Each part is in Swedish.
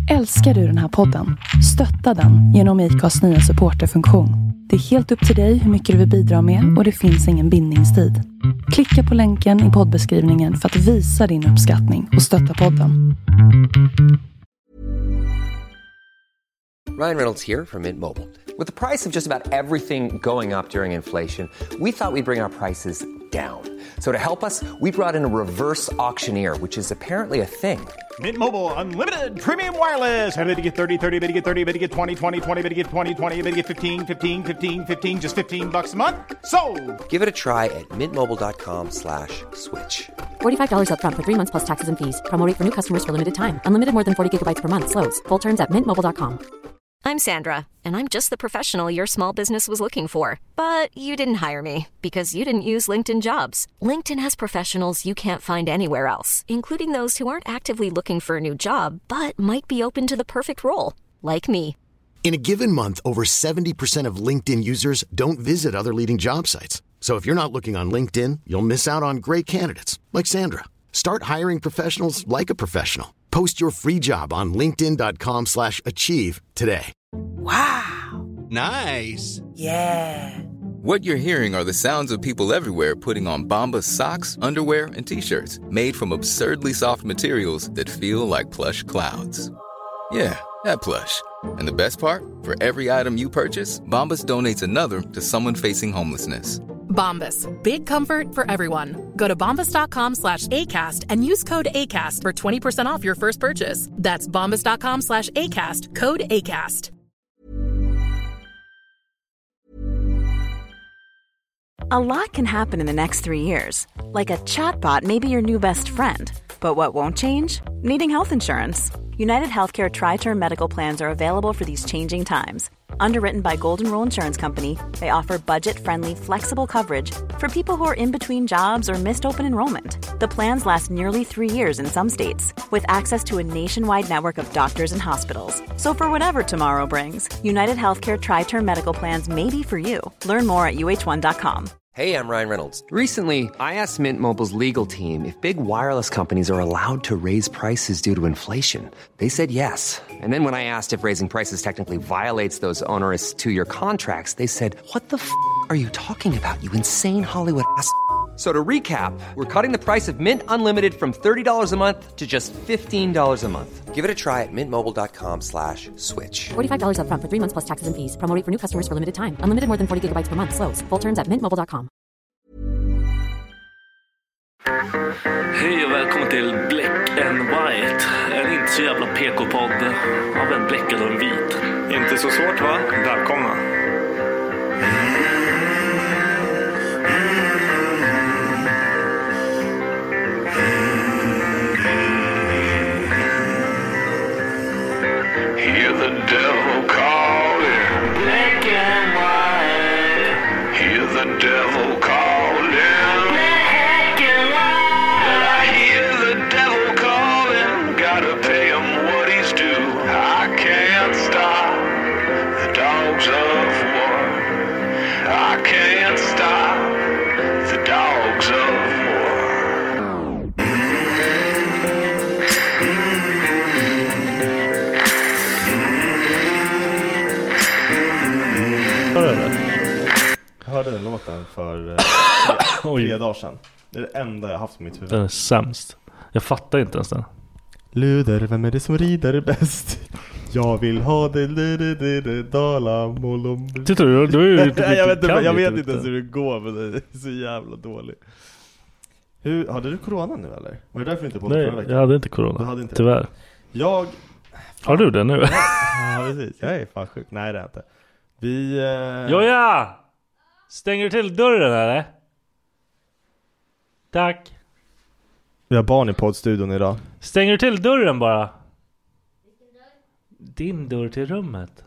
Älskar du den här podden? Stötta den genom IKAs nya supporterfunktion. Det är helt upp till dig hur mycket du vill bidra med och det finns ingen bindningstid. Klicka på länken i poddbeskrivningen för att visa din uppskattning och stötta podden. Ryan Reynolds here from Mint Mobile. With the price of just about everything going up during inflation, we thought we'd bring our prices down. So to help us, we brought in a reverse auctioneer, which is apparently a thing. Mint Mobile Unlimited Premium Wireless. How to get 30, 30, bit to get 30, bit to get 20, 20, 20, bit to get 20, 20, bit to get 15, 15, 15, 15, just $15 a month? Sold! Give it a try at mintmobile.com/switch. $45 up front for 3 months plus taxes and fees. Promo rate for new customers for limited time. Unlimited more than 40 gigabytes per month. Slows full terms at mintmobile.com. I'm Sandra, and I'm just the professional your small business was looking for. But you didn't hire me because you didn't use LinkedIn Jobs. LinkedIn has professionals you can't find anywhere else, including those who aren't actively looking for a new job, but might be open to the perfect role, like me. In a given month, over 70% of LinkedIn users don't visit other leading job sites. So if you're not looking on LinkedIn, you'll miss out on great candidates like Sandra. Start hiring professionals like a professional. Post your free job on linkedin.com/achieve today. Wow. Nice. Yeah. What you're hearing are the sounds of people everywhere putting on Bombas socks, underwear, and T-shirts made from absurdly soft materials that feel like plush clouds. Yeah, that plush. And the best part? For every item you purchase, Bombas donates another to someone facing homelessness. Bombas. Big comfort for everyone. Go to bombas.com/ACAST and use code ACAST for 20% off your first purchase. That's bombas.com/ACAST. Code ACAST. A lot can happen in the next 3 years. Like a chatbot may be your new best friend. But what won't change? Needing health insurance. United Healthcare Tri-Term Medical Plans are available for these changing times. Underwritten by Golden Rule Insurance Company, they offer budget-friendly, flexible coverage for people who are in between jobs or missed open enrollment. The plans last nearly 3 years in some states, with access to a nationwide network of doctors and hospitals. So for whatever tomorrow brings, United Healthcare Tri-Term Medical Plans may be for you. Learn more at uh1.com. Hey, I'm Ryan Reynolds. Recently, I asked Mint Mobile's legal team if big wireless companies are allowed to raise prices due to inflation. They said yes. And then when I asked if raising prices technically violates those onerous 2-year contracts, they said, "What the f*** are you talking about, you insane Hollywood ass?" So to recap, we're cutting the price of Mint Unlimited from $30 a month to just $15 a month. Give it a try at mintmobile.com/switch. $45 up front for 3 months plus taxes and fees. Promo rate for new customers for limited time. Unlimited more than 40 gigabytes per month. Slows full terms at mintmobile.com. Hej och välkommen till Black and White. En inte så jävla PK-podd av en bläckad och en vit. Inte så svårt, va? Välkomna. Hear the devil calling, black and white. Hear the devil calling, black and white. But I hear the devil calling, gotta pay him what he's due. I can't stop the dogs of war. I can't stop the dogs of war. Jag hörde den låten för 3 dagar sedan. Det är det enda jag haft på mitt huvud. Den är sämst. Jag fattar inte ens den. Luder, vem är det som rider bäst? Jag vill ha det dala molom. Tittar du? Jag vet inte ens hur det går, men det är så jävla dåligt. Hade du corona nu eller? Var det därför inte på förra veckan? Nej, jag hade inte corona. Du hade inte tyvärr. Har du det nu? Ja, precis. Jag är fan sjuk. Nej, det är inte. Joja! Stänger du till dörren eller? Tack. Vi har barn i poddstudion idag. Stänger du till dörren bara? Din dörr till rummet.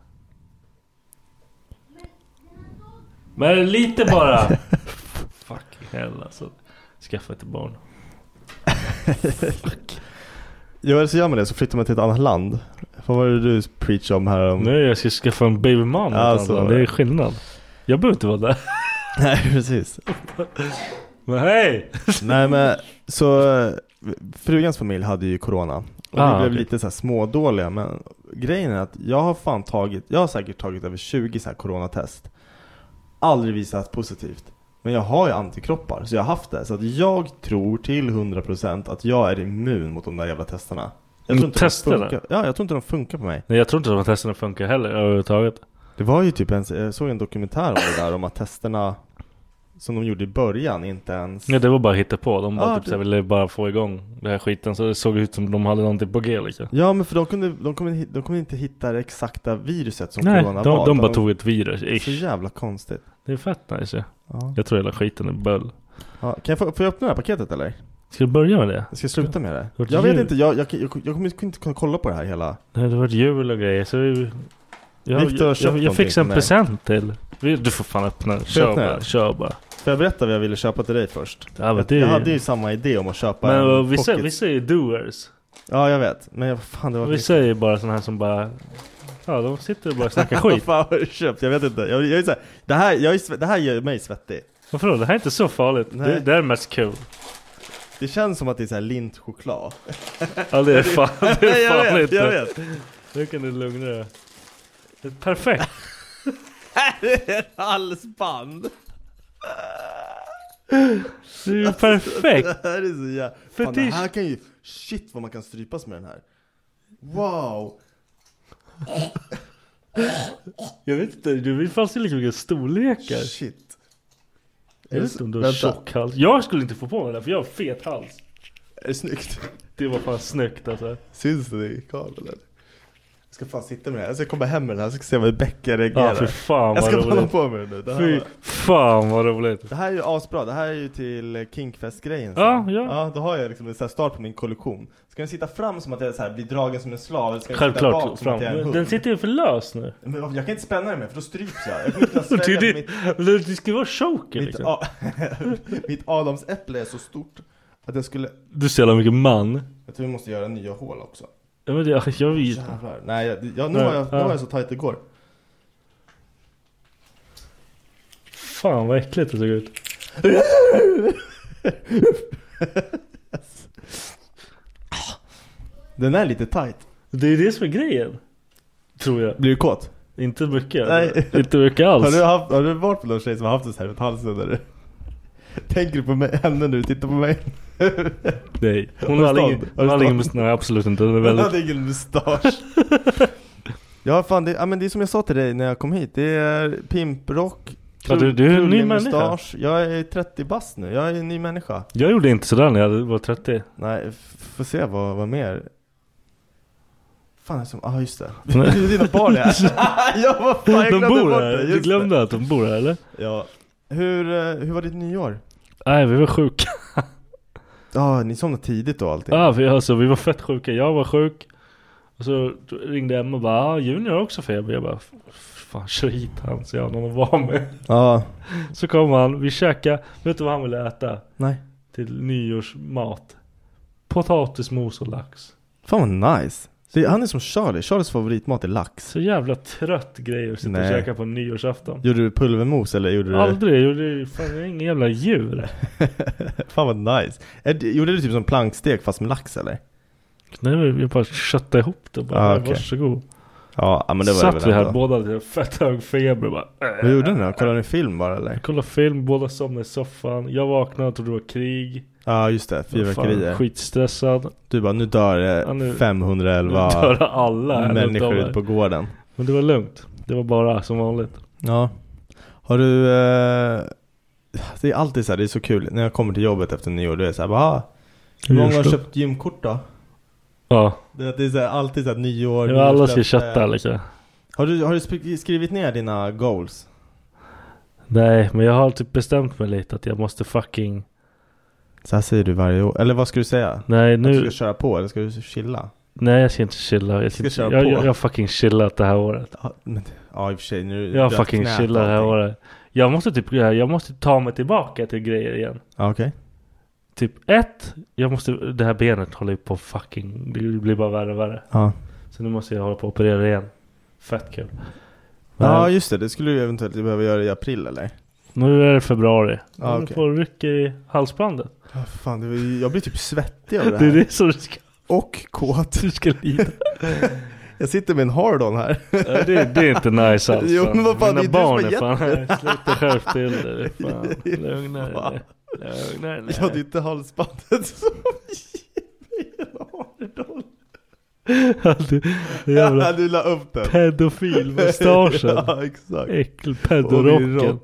Men lite bara. Fuck hell alltså. Skaffa ett barn. Fuck. Ja, så gör man det, så flyttar man till ett annat land. Vad var det du preachade om här? Nej, jag ska skaffa en babyman. Alltså, det är skillnad. Jag behöver inte vara där. Nej, precis. Men hej! Nej, men så frugans familj hade ju corona. Och vi blev lite så här smådåliga. Men grejen är att jag har säkert tagit över 20 så här coronatest. Aldrig visat positivt. Men jag har ju antikroppar, så jag har haft det. Så att jag tror till 100% att jag är immun mot de där jävla testerna. Jag tror inte jag tror inte de funkar på mig. Nej, jag tror inte att de testerna funkar heller överhuvudtaget. Det var ju typ jag såg en dokumentär om det där, om att testerna som de gjorde i början inte ens... Ja, det var bara hitta på. De bara ville bara få igång det här skiten, så det såg ut som de hade någonting på G liksom. Ja, men för de kunde inte hitta det exakta viruset som corona var. De bara tog ett virus. Det är så jävla konstigt. Det är fett nice. Ja. Jag tror hela skiten är böll. Ja, kan jag få öppna det här paketet eller? Ska du börja med det? Jag ska sluta med det. Jag vet inte, jag kommer inte kunna kolla på det här hela. Nej, det var jul och grejer, så jag fick en present till. Du får fan öppna. Kör bara. Får jag berätta vad jag ville köpa till dig först? Ja, jag hade ju samma idé om att köpa men vi säger doers. Ja, jag vet. Men vi säger bara såna här som bara... Ja, de sitter och bara snackar skit. Fan, vad har du köpt? Jag vet inte. Jag är så här, det här gör mig svettig. Varför då? Det här är inte så farligt. Det är mest kul. Det känns som att det är så här lintchoklad. Ja, det är fan. Det är farligt. Jag vet. Nu kan du lugna dig. Det är perfekt. Det är ett halsband. Det är ju perfekt. Det här är så jävla... Fan, det här kan ju... Shit vad man kan strypas med den här. Wow. Jag vet inte, du vill fast lika mycket storlekar. Shit. Jag vet inte om du har tjock hals. Jag skulle inte få på mig det, för jag har fet hals. Är det snyggt? Det var fan snyggt alltså. Syns det i kabeln? Jag ska fan sitta med det här. Jag ska komma hem med den här. Jag ska se vad Becka reagerar. Ja, för fan vad roligt. Jag ska hålla på med det nu. Fy fan vad roligt. Det här är ju asbra. Det här är ju till Kinkfest-grejen. Ja. Då har jag liksom en start på min kollektion. Ska den sitta fram som att jag så här blir dragen som en slav? Ska självklart fram. Den sitter ju för lös nu. Men jag kan inte spänna den med, för då stryps jag. Jag kan inte svälja det ska vara choker liksom. Mitt adamsäpple är så stort att jag skulle... Du ser så mycket man. Jag tror vi måste göra nya hål också. Ja, men jag vet. Nej, nu har jag så tajt det går. Fan vad äckligt det såg ut. Den är lite tajt. Det är det som är grejen, tror jag. Blir du kåt? Inte mycket. Nej. Inte mycket alls. Har du varit på någon tjej som har haft det så här runt halsen eller? Tänker du på henne nu? Titta på mig. Nej. Hon har ingen mustasch. Nej, absolut inte. Hon hade ingen mustasch. Ja, fan, det är som jag sa till dig när jag kom hit. Det är pimprock. Ja, du är en ny människa. Jag är 30 bast nu. Jag är en ny människa. Jag gjorde inte sådär när jag var 30. Nej, får se vad mer. Fan, just det. Det är dina barn här. De bor här. Du glömde att de bor här, eller? Ja. Hur var ditt nyår? Nej, vi var sjuka. Ja, ni somnade tidigt då alltid. Ja, vi var fett sjuka. Jag var sjuk. Och så ringde Emma och bara, Junior har också feber. Jag bara, fan, kör hit han, så jag har någon att vara med. Ja. Så kom han, vi käkade. Vet du vad han ville äta? Nej. Till nyårsmat. Potatismos och lax. Fan vad nice. Han är som Charlies favoritmat är lax. Så jävla trött grej att sitta och käka på nyårsafton. Gjorde du pulvermos eller gjorde du... Aldrig, jag gjorde ingen jävla djur. Fan vad nice. Gjorde du typ som plankstek fast med lax eller? Nej, jag bara köttade ihop det bara. Okay. Varsågod. Ja, men det var satt vi här båda lite fett hög feber bara. Vad gjorde ni då? Kollade ni film bara eller? Kollade film, båda somnade i soffan. Jag vaknade och trodde det var krig. Ja, just det. Fyrverkerier. Skitstressad. Du bara, nu dör det 511 nu dör alla människor ut på gården. Men det var lugnt. Det var bara som vanligt. Ja. Har du... det är alltid så här, det är så kul. När jag kommer till jobbet efter nyår, då är det så här, bara... Hur många har köpt gymkort då? Ja. Det är så här, alltid så här, nyår... Ja, alla ska kötta liksom. Har du skrivit ner dina goals? Nej, men jag har typ bestämt mig lite att jag måste fucking... Så här säger du varje år. Eller vad ska du säga? Nej, nu... Att du ska köra på eller ska du chilla? Nej, jag ska inte chilla. Jag har fucking chillat det här året. Ja, i och för sig. Nu jag har fucking chillat det här året. Jag måste ta mig tillbaka till grejer igen. Ja, okej. Typ det här benet håller på fucking... Det blir bara värre och värre. Ja. Så nu måste jag hålla på att operera igen. Fett kul. Ja, just det. Det skulle du eventuellt behöva göra i april, eller? Nu är det februari. Ja, du får rycka i halsbandet. Ja, fan, jag blir typ svettig av det här. Det är det som du ska Och kåt. Du ska lida. Jag sitter med en hard-on här. Det är inte nice alls. Jo, men vad fan, mina det är barn du är som har fan gett här. Sluta skärp till det. Fan. Lugna dig. Jag hade inte halsbandet som du la upp den. Pedofil-mustaschen. Ja, exakt. Äckelpedorocken.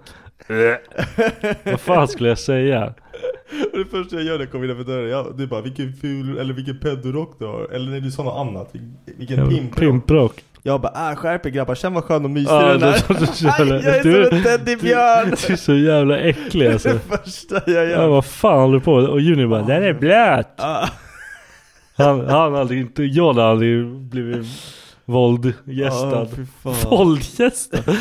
Vad fan skulle jag säga? Och det första jag gör när jag kommer innanför dörren, du bara, vilken ful, eller vilken pedorock du har. Eller när du sa något annat. Vilken pimprock. Jag bara, skärp er grabbar, känn vad skön och mysig den här. Jag är som en teddybjörn. Du är så jävla äcklig alltså. Det första jag gör. Ja, vad fan håller du på? Och Junior bara, den är blöt. Han hade inte, jag hade aldrig blivit våldgästad. Våldgästad?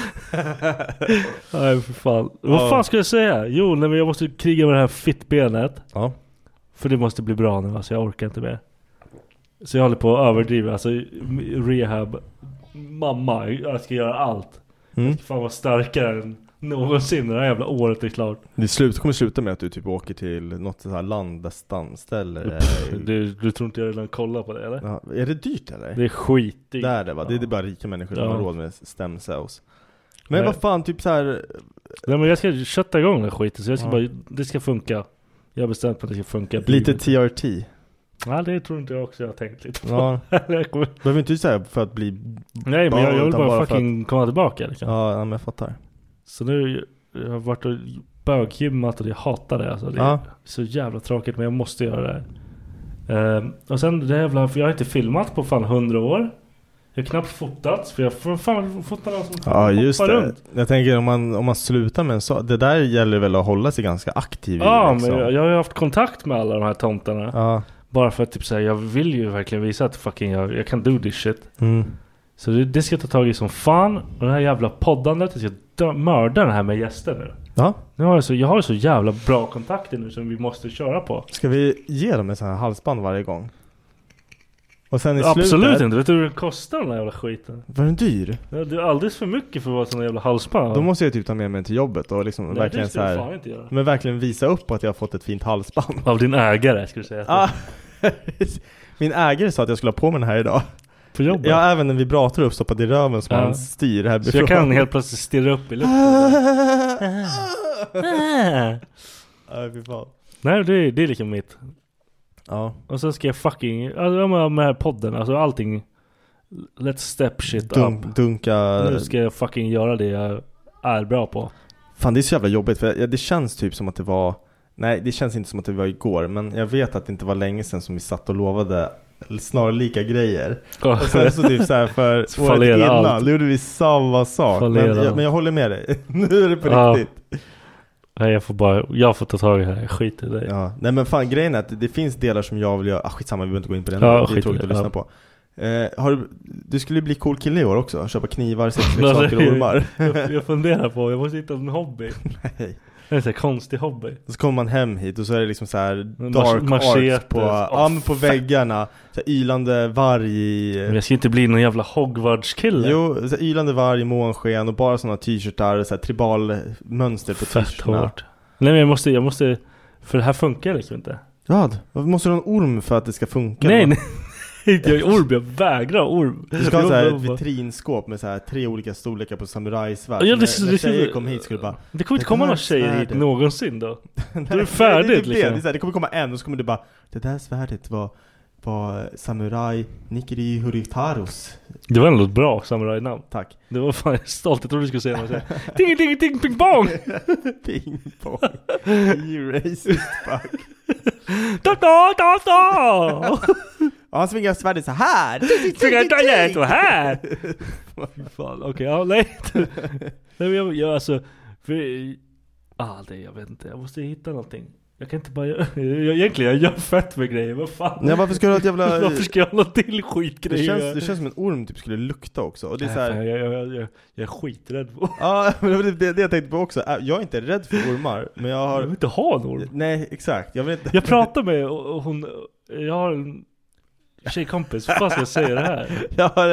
Nej, för fan. Vad fan ska jag säga? Jo, men jag måste kriga med det här fittbenet. Ja. För det måste bli bra nu, alltså jag orkar inte mer. Så jag håller på att överdriva. Alltså rehab. Mamma, jag ska göra allt. Jag ska fan vara starkare än någonsin när det här jävla året är klart. Det kommer sluta med att du typ åker till något så här land där stamställe. Du tror inte jag redan kollar på det, eller? Ja, är det dyrt eller? Det är skitdyrt. Där det va? Det är bara rika människor som har råd med stem cells. Men vad fan, typ så här. Nej, men jag ska kötta igång den skiten. Så jag ska bara, det ska funka. Jag har bestämt på att det ska funka. Lite TRT. Ja, det tror inte jag också. Jag har tänkt lite på. Ja. Behöver inte säga för att bli. Nej, men jag vill bara fucking komma tillbaka liksom. Ja, men jag fattar. Så nu jag har varit och böggymmat och jag hatar det alltså. Det är så jävla tråkigt, men jag måste göra det. Och sen det jävla, för jag har inte filmat på fan 100 år. Jag har knappt fotat, för jag får fan fota någon som just det. Runt. Jag tänker om man slutar med en så, det där gäller väl att hålla sig ganska aktiv i, liksom. Men jag har ju haft kontakt med alla de här tomtarna. Ja. Bara för att typ säga, jag vill ju verkligen visa att fucking jag kan do this shit. Så det ska jag ta tag i som fan. Och det här jävla poddandet, jag ska mörda den här med gäster nu. Ja. Jag har så jävla bra kontakter nu som vi måste köra på. Ska vi ge dem en sån här halsband varje gång? Och sen i Absolut slutet, inte, vet du hur det kostar den här jävla skiten? Var den dyr? Ja, det är alldeles för mycket för att vara sån jävla halsband. Då måste jag typ ta med mig till jobbet och liksom verkligen så här, men verkligen visa upp att jag har fått ett fint halsband. Av din ägare skulle jag säga. Min ägare sa att jag skulle ha på mig den här idag. På jobbet? Ja, även en vibrator uppstoppad i röven som han styr här så jag kan helt plötsligt stirra upp i luften. Fy fan. Nej, det är liksom mitt. Ja. Och så ska jag fucking, alltså med den här podden, alltså allting, let's step shit up. Dunka. Nu ska jag fucking göra det jag är bra på. Fan, det är så jävla jobbigt, för det känns typ som att det var, nej, det känns inte som att det var igår, men jag vet att det inte var länge sedan som vi satt och lovade snarlika grejer. Och sen så typ så här för året innan, då gjorde vi samma sak. Men jag håller med dig. Nu är det på riktigt. Nej, jag får ta tag i det här. Skit i det. Ja. Nej, men fan, grejen är att det finns delar som jag vill göra. Skitsamma, vi behöver inte gå in på den. Det är tråkigt att lyssna på. Du skulle bli cool kille i år också. Köpa knivar, sexleksaker och ormar. Jag funderar på, jag måste hitta en hobby. Nej. Det är en sån här konstig hobby. Så kommer man hem hit och så är det liksom så här dark arts på väggarna. Så här ylande varg. Men jag ska inte bli någon jävla Hogwarts-kille. Jo, så här ylande varg i månsken och bara såna t-shirtar, så här tribalmönster på t-shirtarna. Nej, men jag måste, för det här funkar liksom inte. Ja, måste du ha en orm för att det ska funka? Nej. Jag är orm, jag vägrar orm. Du ska ha så här ett vitrinskåp med så här 3 olika storlekar på samurajsvärd. Ja, när tjejer kom hit skulle bara, det kommer inte komma några tjejer hit någonsin då. Då är det färdigt liksom. Det kommer komma en och så kommer du bara, det där svärdet var Samurai Nikiri Huritaros. Det var ändå ett bra samurajnamn. Tack. Det var fan stolt, jag trodde du skulle säga något. Ding ding ding ping pong. Ping pong. You racist fuck. Da. Han svingar svärdet så här. Svingar så här. Fan, okej, ja, nej. Nej, men jag alltså jag vet inte. Jag måste hitta någonting. Jag kan inte bara egentligen jag gör fett med grejer. Vad fan? Nej, varför ska du ha ett jävla varför ska jag ha något till skitgrejer? Det känns som en orm typ skulle lukta också. Och det är så här, jag är skiträdd på. Ja, men det jag tänkte på också. Jag är inte rädd för ormar, men jag vill inte ha en orm. Nej, exakt. Jag pratar med hon, jag har en tjejkompis, vad ska jag säga det här? Jag har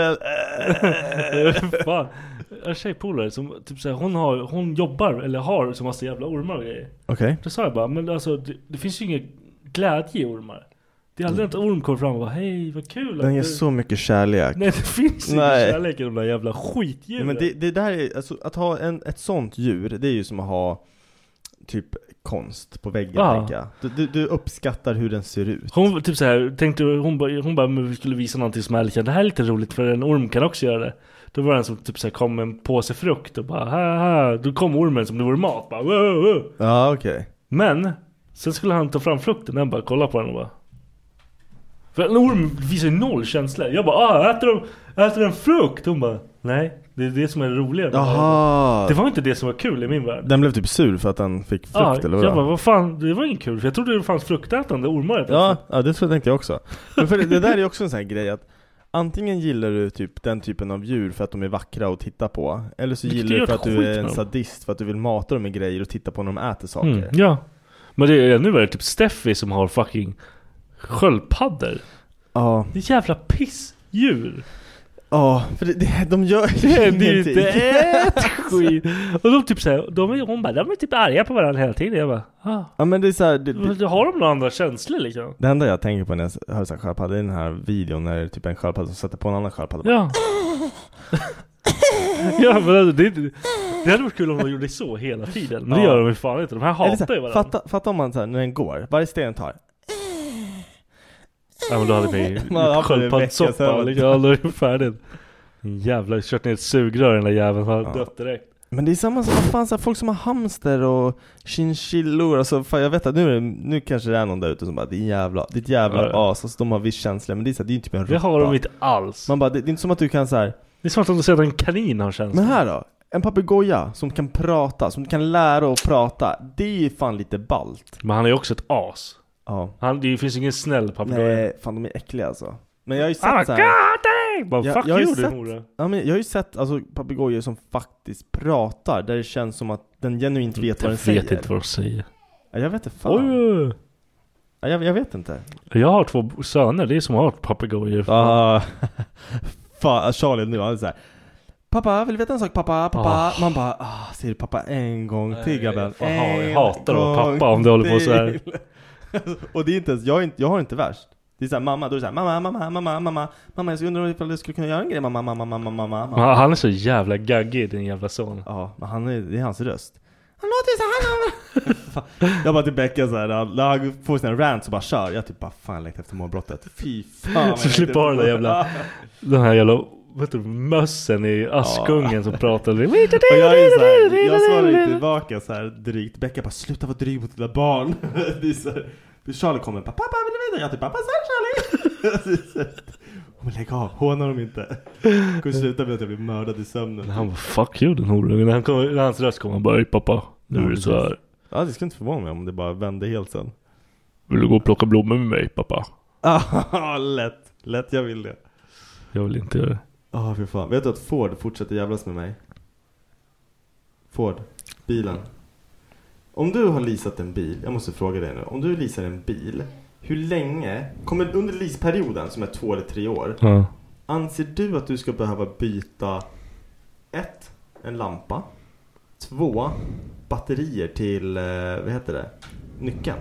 en tjejpolare som typ så här, hon jobbar eller har så massa jävla ormar och grejer. Okej. Då sa jag bara, men alltså det finns ju ingen glädje i ormar. Det är aldrig att orm kommer fram och bara, hej, vad kul. Den ger så mycket kärlek. Nej, det finns ingen kärlek i de där jävla skitdjuren. Men det där är, alltså, att ha ett sånt djur, det är ju som att ha typ konst på väggen. Du uppskattar hur den ser ut. Hon typ så här, tänkte hon bara vi skulle visa någonting som är lite, det här är lite roligt för en orm kan också göra det. Då var det en som typ så här, kom en påse frukt och bara haha, då kom ormen som det vore mat bara, wow. Ja, okej. Men sen skulle han ta fram frukten, han bara kolla på den och bara, för en orm visar ju noll känsla. Jag bara, äter de frukt? Hon bara, nej, det är det som är roligt. Det var inte det som var kul i min värld. Den blev typ sur för att den fick frukt eller vad? Jag bara, vad fan, det var inte kul. För jag trodde det fanns fruktätande ormar. Ja, det tänkte jag också. Men för det där är också en sån här grej att antingen gillar du typ den typen av djur för att de är vackra att titta på, eller så gillar du för att du är en sadist för att du vill mata dem med grejer och titta på när de äter saker. Ja, men nu är det typ Steffi som har fucking sköldpaddor. Ja. Det är jävla pissdjur. Ja, för de gör det inte ett skit. Och de typ såhär, de är typ arga på varandra hela tiden. Jag bara, ja, men det är såhär, har de några andra känslor liksom? Det enda jag tänker på när jag hör såhär sköldpadda är den här videon när det är typ en sköldpadda som sätter på en annan sköldpadda. Ja. Ja, men det hade varit kul om de gjorde så hela tiden. Men det gör de ju fan inte. De här hatar ju varandra. Fatta om man såhär, när den går, varje steg den tar. Ja, men då hade vi sköldpaddsoppa liksom. Ja, då är det färdigt. Jävla, kört ner ett sugrör den där jäveln, har dött direkt. Men det är samma som fan, så folk som har hamster och chinchillor. Alltså, fan, jag vet att nu kanske det är någon där ute som bara, ditt jävla as. Alltså, de har viss känsla, men det är ju typ en råtta. Det har de inte alls. Man bara, det är inte som att du kan så här. Det är som att du säger att en kanin har känsla. Men här då, en papegoja som kan prata, som kan lära att prata. Det är ju fan lite ballt. Men han är ju också ett as. Ja. Det finns ingen snäll papegoja. Nej, fan de är äckliga alltså. Men jag har ju sett så här. Jag har ju sett alltså papegojor som faktiskt pratar, där det känns som att den genuint vet vad den säger. Jag vet inte vad de säger. Ja, jag vet inte fan. Oj. Ja, jag vet inte. Jag har 2 söner, det är som har papegojor. Fan, Charlie nu, han är så här: pappa, vill du veta en sak, pappa? Man bara, säger pappa en gång till, grabben. Jag hatar att vara pappa om det håller på så här. Och det är inte ens, jag har inte värst. Det är såhär, mamma, då är det såhär, mamma, jag undrar ifall du skulle kunna göra en grej, mamma. Han är så jävla gaggig, din jävla son. Ja, men det är hans röst. Han låter ju såhär. Jag bara till Becka såhär, när han får sina rant så bara kör. Jag typ bara, fan, läkt efter målbrottet. Fy fan. Så slipper ha den här jävla, vet du, mössen i Askungen som pratar. Och jag svarar tillbaka så här drygt. Becka bara, sluta vara dryg mot dina barn. Det är så här. Charlie kommer, pappa vill du veta? Jag typ, pappa Charlie. Men lägg av, hånar de inte. Kommer sluta med att jag blir mördad i sömnen. Han bara, fuck you den horungen. När hans röst kommer, han bara, pappa, nu är det så här. Ja, det skulle inte förvåna mig om det bara vände helt sen. Vill du gå och plocka blommor med mig, pappa? Lätt, jag vill det. Jag vill inte göra det. För fan. Vet du att Ford fortsätter jävlas med mig? Ford, bilen. Om du har leasat en bil, jag måste fråga dig nu. Om du leasar en bil, hur länge, kommer under leaseperioden som är 2 eller 3 år, anser du att du ska behöva byta 1, en lampa, 2, batterier till, vad heter det, nyckeln?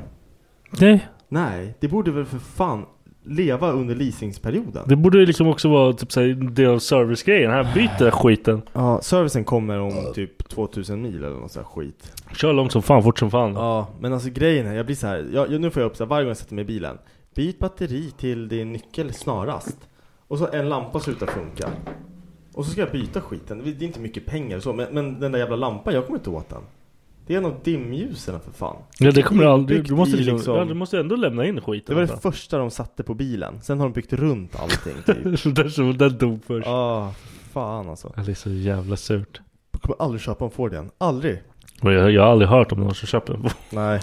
Nej, det borde väl för fan leva under leasingsperioden. Det borde ju liksom också vara typ såhär del av servicegrejen. Här byter skiten. Ja, servicen kommer om typ 2000 mil eller något sånt skit. Kör långt som fan, fort som fan. Ja, men alltså grejen är, jag blir så här, nu får jag upp så här, varje gång jag sätter mig i bilen. Byt batteri till din nyckel snarast. Och så en lampa slutar funka. Och så ska jag byta skiten. Det är inte mycket pengar och så, men den där jävla lampan, jag kommer inte åt den. Det är en av dimljusen för fan. Ja, det kommer aldrig. Du måste ändå lämna in skiten. Det var det första de satte på bilen. Sen har de byggt runt allting typ. Den dog först. Fan alltså. Det är så jävla surt. Jag kommer aldrig köpa en Ford igen. Aldrig. Jag har aldrig hört om någon som köper en Ford.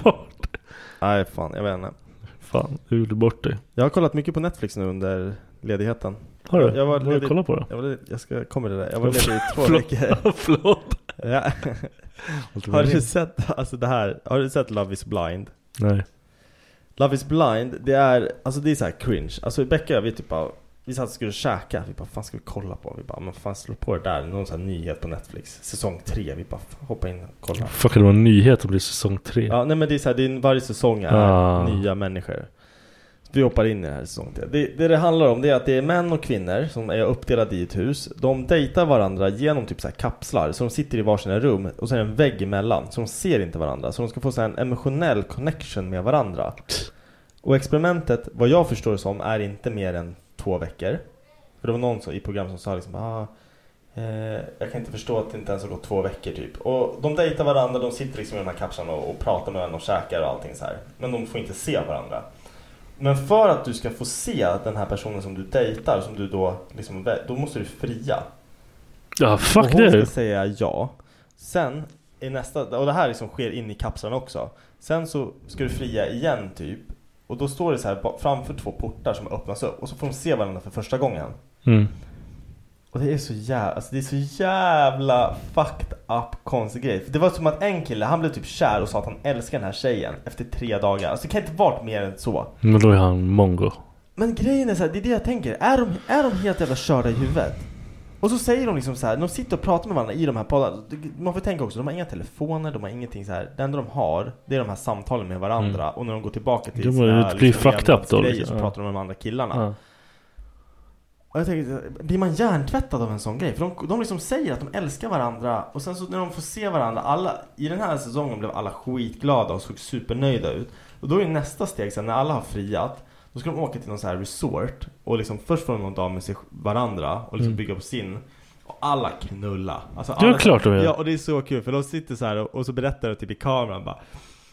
Nej, fan, jag vet inte. Fan, hur gjorde du bort dig? Jag har kollat mycket på Netflix nu under ledigheten. Har du? Jag var ledig. Kolla på det. Jag ska komma till det. Jag var ledig i 2 veckor. Förlåt. Ja. Har du sett alltså det här? Har du sett Love is Blind? Nej. Love is Blind, det är så här cringe. Alltså Becka, vi typ bara, vi satt och skulle käka. Vi bara, fan ska vi kolla på? Vi bara, men fan slå på det där. Någon sån här nyhet på Netflix. Säsong 3. Vi bara, hoppa in och kolla. Fuck, det var en nyhet om det är säsong 3. Ja, nej men det är så här, varje säsong är nya människor. Vi hoppar in i det här säsongen. Det handlar om det är att det är män och kvinnor som är uppdelade i ett hus. De dejtar varandra genom typ så här kapslar. Så de sitter i varsina rum och så är det en vägg emellan. Så de ser inte varandra. Så de ska få så här en emotionell connection med varandra. Och experimentet, vad jag förstår som, är inte mer än 2 veckor. För det var någon i program som sa liksom jag kan inte förstå att det inte ens har gått 2 veckor typ. Och de dejtar varandra, de sitter liksom i de här kapslarna och pratar med varandra och käkar och allting så här. Men de får inte se varandra. Men för att du ska få se den här personen som du dejtar, som du då liksom, då måste du fria. Ja, fuck det. Och hon ska säga ja. Sen är nästa, och det här liksom sker in i kapslarna också. Sen så ska du fria igen typ. Och då står det så här framför 2 portar som öppnas upp. Och så får de se varandra för första gången. Och det är så jävla, alltså det är så jävla fucked up konstig grej. För det var som att en kille, han blev typ kär och sa att han älskar den här tjejen efter 3 dagar. Alltså det kan inte varit mer än så. Men då är han mongo. Men grejen är så här, det är det jag tänker. Är de helt jävla körda i huvudet? Och så säger de liksom så här, de sitter och pratar med varandra i de här poddarna. Man får tänka också, de har inga telefoner, de har ingenting så här. Det enda de har, det är de här samtalen med varandra. Och när de går tillbaka till sina grejer så pratar de med de andra killarna. Och jag tänker, blir man hjärntvättad av en sån grej? För de liksom säger att de älskar varandra. Och sen så när de får se varandra, i den här säsongen blev alla skitglada och såg supernöjda ut. Och då är nästa steg sen, när alla har friat, då ska de åka till någon så här resort. Och liksom först får de någon dag med sig varandra och liksom bygga på sin. Och alla knulla. Alltså det är klart de gör. Ja, och det är så kul. För de sitter så här och så berättar de typ i kameran bara,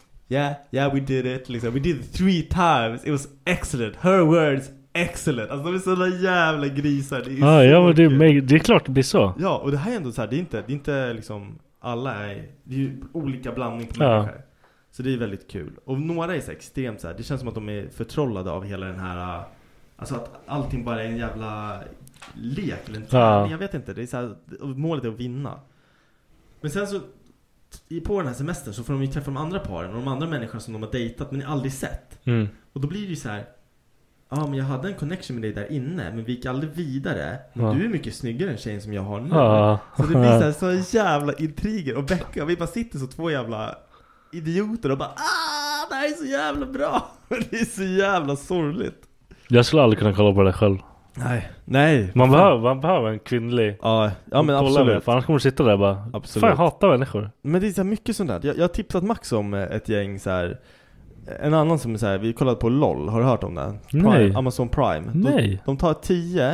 yeah, we did it. Liksom, we did it 3 times. It was excellent. Her words, excellent. Alltså de är sådana jävla grisar. Det är det är klart det blir så. Ja, och det här är ändå så här, det är inte liksom alla det är ju olika blandning på människor. Så det är väldigt kul. Och några är så extremt så här, det känns som att de är förtrollade av hela den här, alltså att allting bara är en jävla lek eller en tävling, jag vet inte. Det är så här, målet är att vinna. Men sen så på den här semestern så får de ju träffa de andra paren och de andra människorna som de har dejtat men aldrig sett. Och då blir det ju så här, ja, men jag hade en connection med dig där inne, men vi gick aldrig vidare. Men du är mycket snyggare än tjejen som jag har nu. Så det blir så jävla intriger. Och Becka, vi bara sitter så 2 jävla idioter och bara, det här är så jävla bra. Det är så jävla sorgligt. Jag skulle aldrig kunna kolla på det själv. Nej. Man behöver en kvinnlig. Ja men absolut. För annars kommer du sitta där bara, absolut. Fan, jag hatar människor. Men det är så mycket sånt där. Jag har tipsat Max om ett gäng så här. En annan som är så här, vi kollade på LOL. Har du hört om det? Nej. Amazon Prime. De tar 10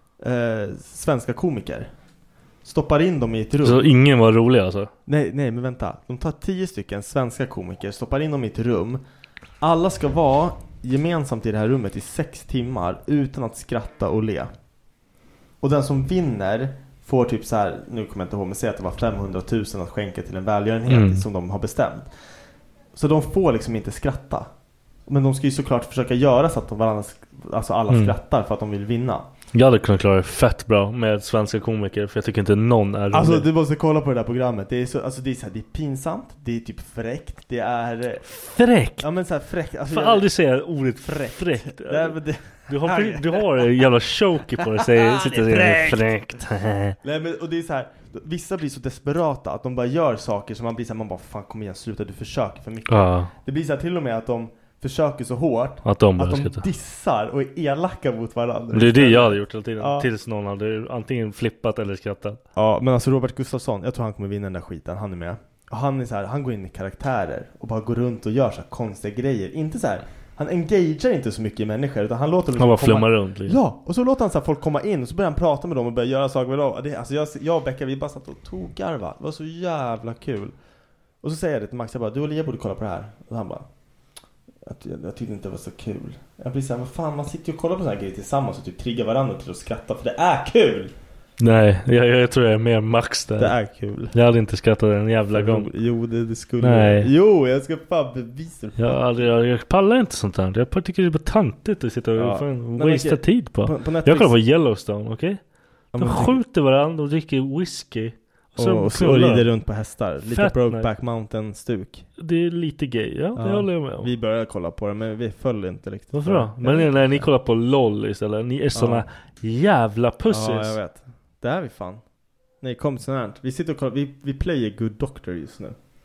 svenska komiker, stoppar in dem i ett rum. Så ingen var rolig alltså? Nej, men vänta. De tar 10 stycken svenska komiker, stoppar in dem i ett rum. Alla ska vara gemensamt i det här rummet i 6 timmar utan att skratta och le. Och den som vinner får typ så här, nu kommer jag inte ihåg, men säg att det var 500 000 att skänka till en välgörenhet som de har bestämt. Så de får liksom inte skratta. Men de ska ju såklart försöka göra så att alla skrattar för att de vill vinna. Jag hade kunnat klara det fett bra med svenska komiker, för jag tycker inte någon är rolig. Alltså du måste kolla på det där programmet. Det är så, alltså det är så här, det är pinsamt, det är typ fräckt, det är fräckt. Ja men så här fräckt. Alltså, får aldrig säga ordet fräckt. Du har en jävla choke på dig, sitter fräckt. Nej men och det är så här, vissa blir så desperata att de bara gör saker som man blir så här, man bara fan kom igen, sluta, du försöker för mycket. Det blir så här till och med att de försöker så hårt att de dissar och är elaka mot varandra. Det är det jag hade gjort hela tiden, tills någon hade antingen flippat eller skrattat. Ja, men alltså Robert Gustafsson, jag tror han kommer vinna den där skiten. Han är med. Och han är så här, han går in i karaktärer och bara går runt och gör så här konstiga grejer. Inte så här, han engagerar inte så mycket i människor, utan han låter han bara flummar runt liksom. Ja, och så låter han så här folk komma in och så börjar han prata med dem och börjar göra saker med dem. Alltså jag och Becka, vi bara satt och tog garva. Det var så jävla kul. Och så säger jag det till Max, jag bara, du och Lia borde kolla på det här. Och han bara, jag tyckte inte det var så kul. Jag blir såhär, vad fan, man sitter ju och kollar på såna här grejer tillsammans och typ triggar varandra till att skratta, för det är kul. Nej, jag tror jag är mer Max där. Det är kul. Jag hade inte skrattat en jävla gång. Jo, det skulle. Nej. Jo, jag ska fan bevisa det. Jag pallar inte sånt här. Jag tycker det är bara tantigt att sitta och wastea tid på. Jag kollar på Yellowstone, okej? De skjuter varandra och dricker whisky. Och så rider runt på hästar. Lite Brokeback Mountain-stuk. Det är lite gay, det håller jag med om. Vi började kolla på det, men vi följde inte riktigt. Varför då? Men när ni kollar på LOL istället, ni är såna jävla pussies. Ja, jag vet. Det är vi fan. Nej, kom sånt här. Vi sitter och kollar, vi player Good Doctor just nu.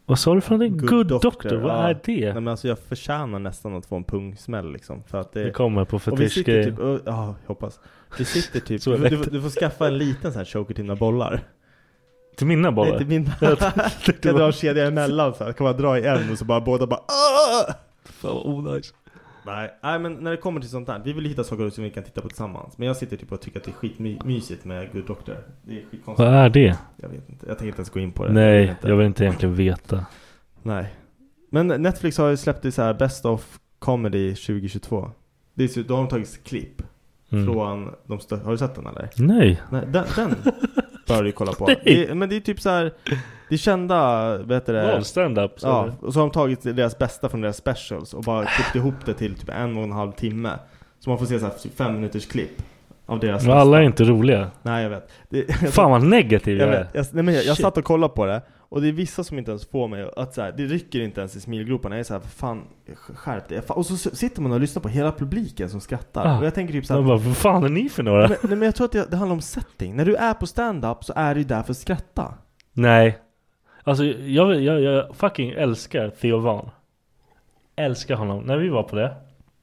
Vad sa du för någonting? Good Doctor, vad är det? Nej, men alltså jag förtjänar nästan att få en pungsmäll liksom, för att det kommer på fetischgrej. Typ, jag hoppas. Vi sitter typ du får skaffa en liten sån här choker till dina bollar. Till mina bollar? Nej, till mina. Kan du ha en kedja emellan så här. Kan man dra i en och så bara båda bara fan vad onajs. Nej, men när det kommer till sånt här, vi vill hitta saker som vi kan titta på tillsammans. Men jag sitter typ och tycker att det är skitmysigt med Good Doctor. Det är skitkonstigt. Vad är det? Jag vet inte, jag tänker inte ens gå in på det. Nej, jag vill inte egentligen veta. Nej. Men Netflix har ju släppt det så här Best of Comedy 2022. Det är så, då har de tagit klipp från har du sett den eller? Nej. Den bör du kolla på. Men det är typ så här, det är kända, vet du det? Stand-up. Ja, och så har de tagit deras bästa från deras specials och bara klippt ihop det till typ 1,5 timme. Så man får se så här 5 minuters klipp av deras men alla är inte roliga. Nej, jag vet. Fan vad negativ jag är. Jag satt och kollade på det. Och det är vissa som inte ens får mig att så här, det rycker inte ens i smilgroparna. Jag är så här, fan, skärp dig. Och så sitter man och lyssnar på hela publiken som skrattar. Och jag tänker typ så här, bara, vad fan är ni för några? Men jag tror att det handlar om setting. När du är på stand-up så är du där för att skratta. Nej. Alltså jag fucking älskar Theo Van. Älskar honom. När vi var på det,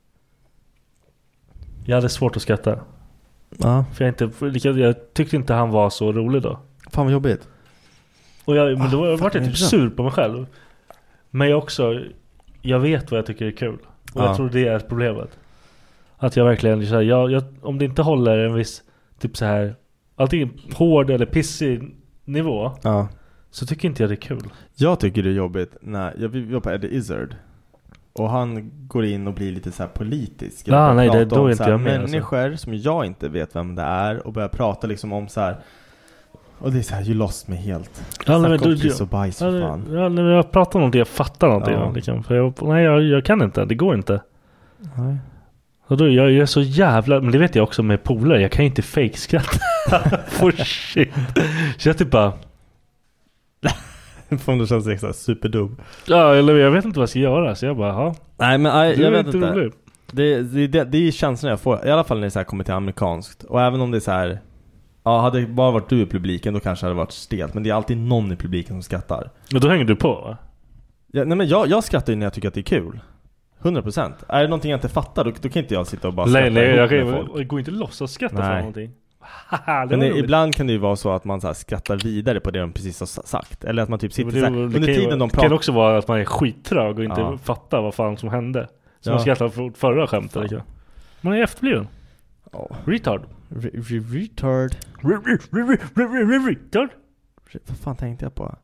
jag hade svårt att skratta. Ja. För jag tyckte inte han var så rolig då. Fan vad jobbigt. Och men då var jag typ sur på mig själv. Men jag vet vad jag tycker är kul. Och jag tror det är problemet. Att jag verkligen så här, om det inte håller en viss typ så här antingen hård eller pissig nivå, så tycker inte jag det är kul. Jag tycker det är jobbigt när vi var på Eddie Izzard och han går in och blir lite så här politisk. Nej, det då är inte jag med. Människor som jag inte vet vem det är och börjar prata liksom om så här. Och det är så här, you lost me helt. Ja, men kiss och bajs för fan. Ja, när jag pratar om någonting, jag fattar någonting. Ja. Liksom. För jag kan inte, det går inte. Nej. Och då, jag är så jävla, men det vet jag också med polare, jag kan ju inte fake-skratta. For shit. Så jag typ bara Får det känns extra superdum. Ja, eller jag vet inte vad jag ska göra. Så jag bara, ja. Nej, men jag vet inte. Det är känslan jag får. I alla fall när det så här kommer till amerikanskt. Och även om det är så här, ja, hade det bara varit du i publiken, då kanske det hade varit stelt. Men det är alltid någon i publiken som skrattar. Men då hänger du på, va? Ja, nej, men jag skrattar ju när jag tycker att det är kul. 100%. Är det någonting jag inte fattar, då kan inte jag sitta och bara skratta. Nej, jag går inte loss och skratta för någonting. Men ibland kan det ju vara så att man så här skrattar vidare på det de precis har sagt. Eller att man typ sitter så här, under tiden de pratar. Det kan också vara att man är skittrög och inte fattar vad fan som hände. Så man skrattar för förra skämtet. Liksom. Man är efterbliven. Retard. Retard. Retard. Vad fan tänkte jag på?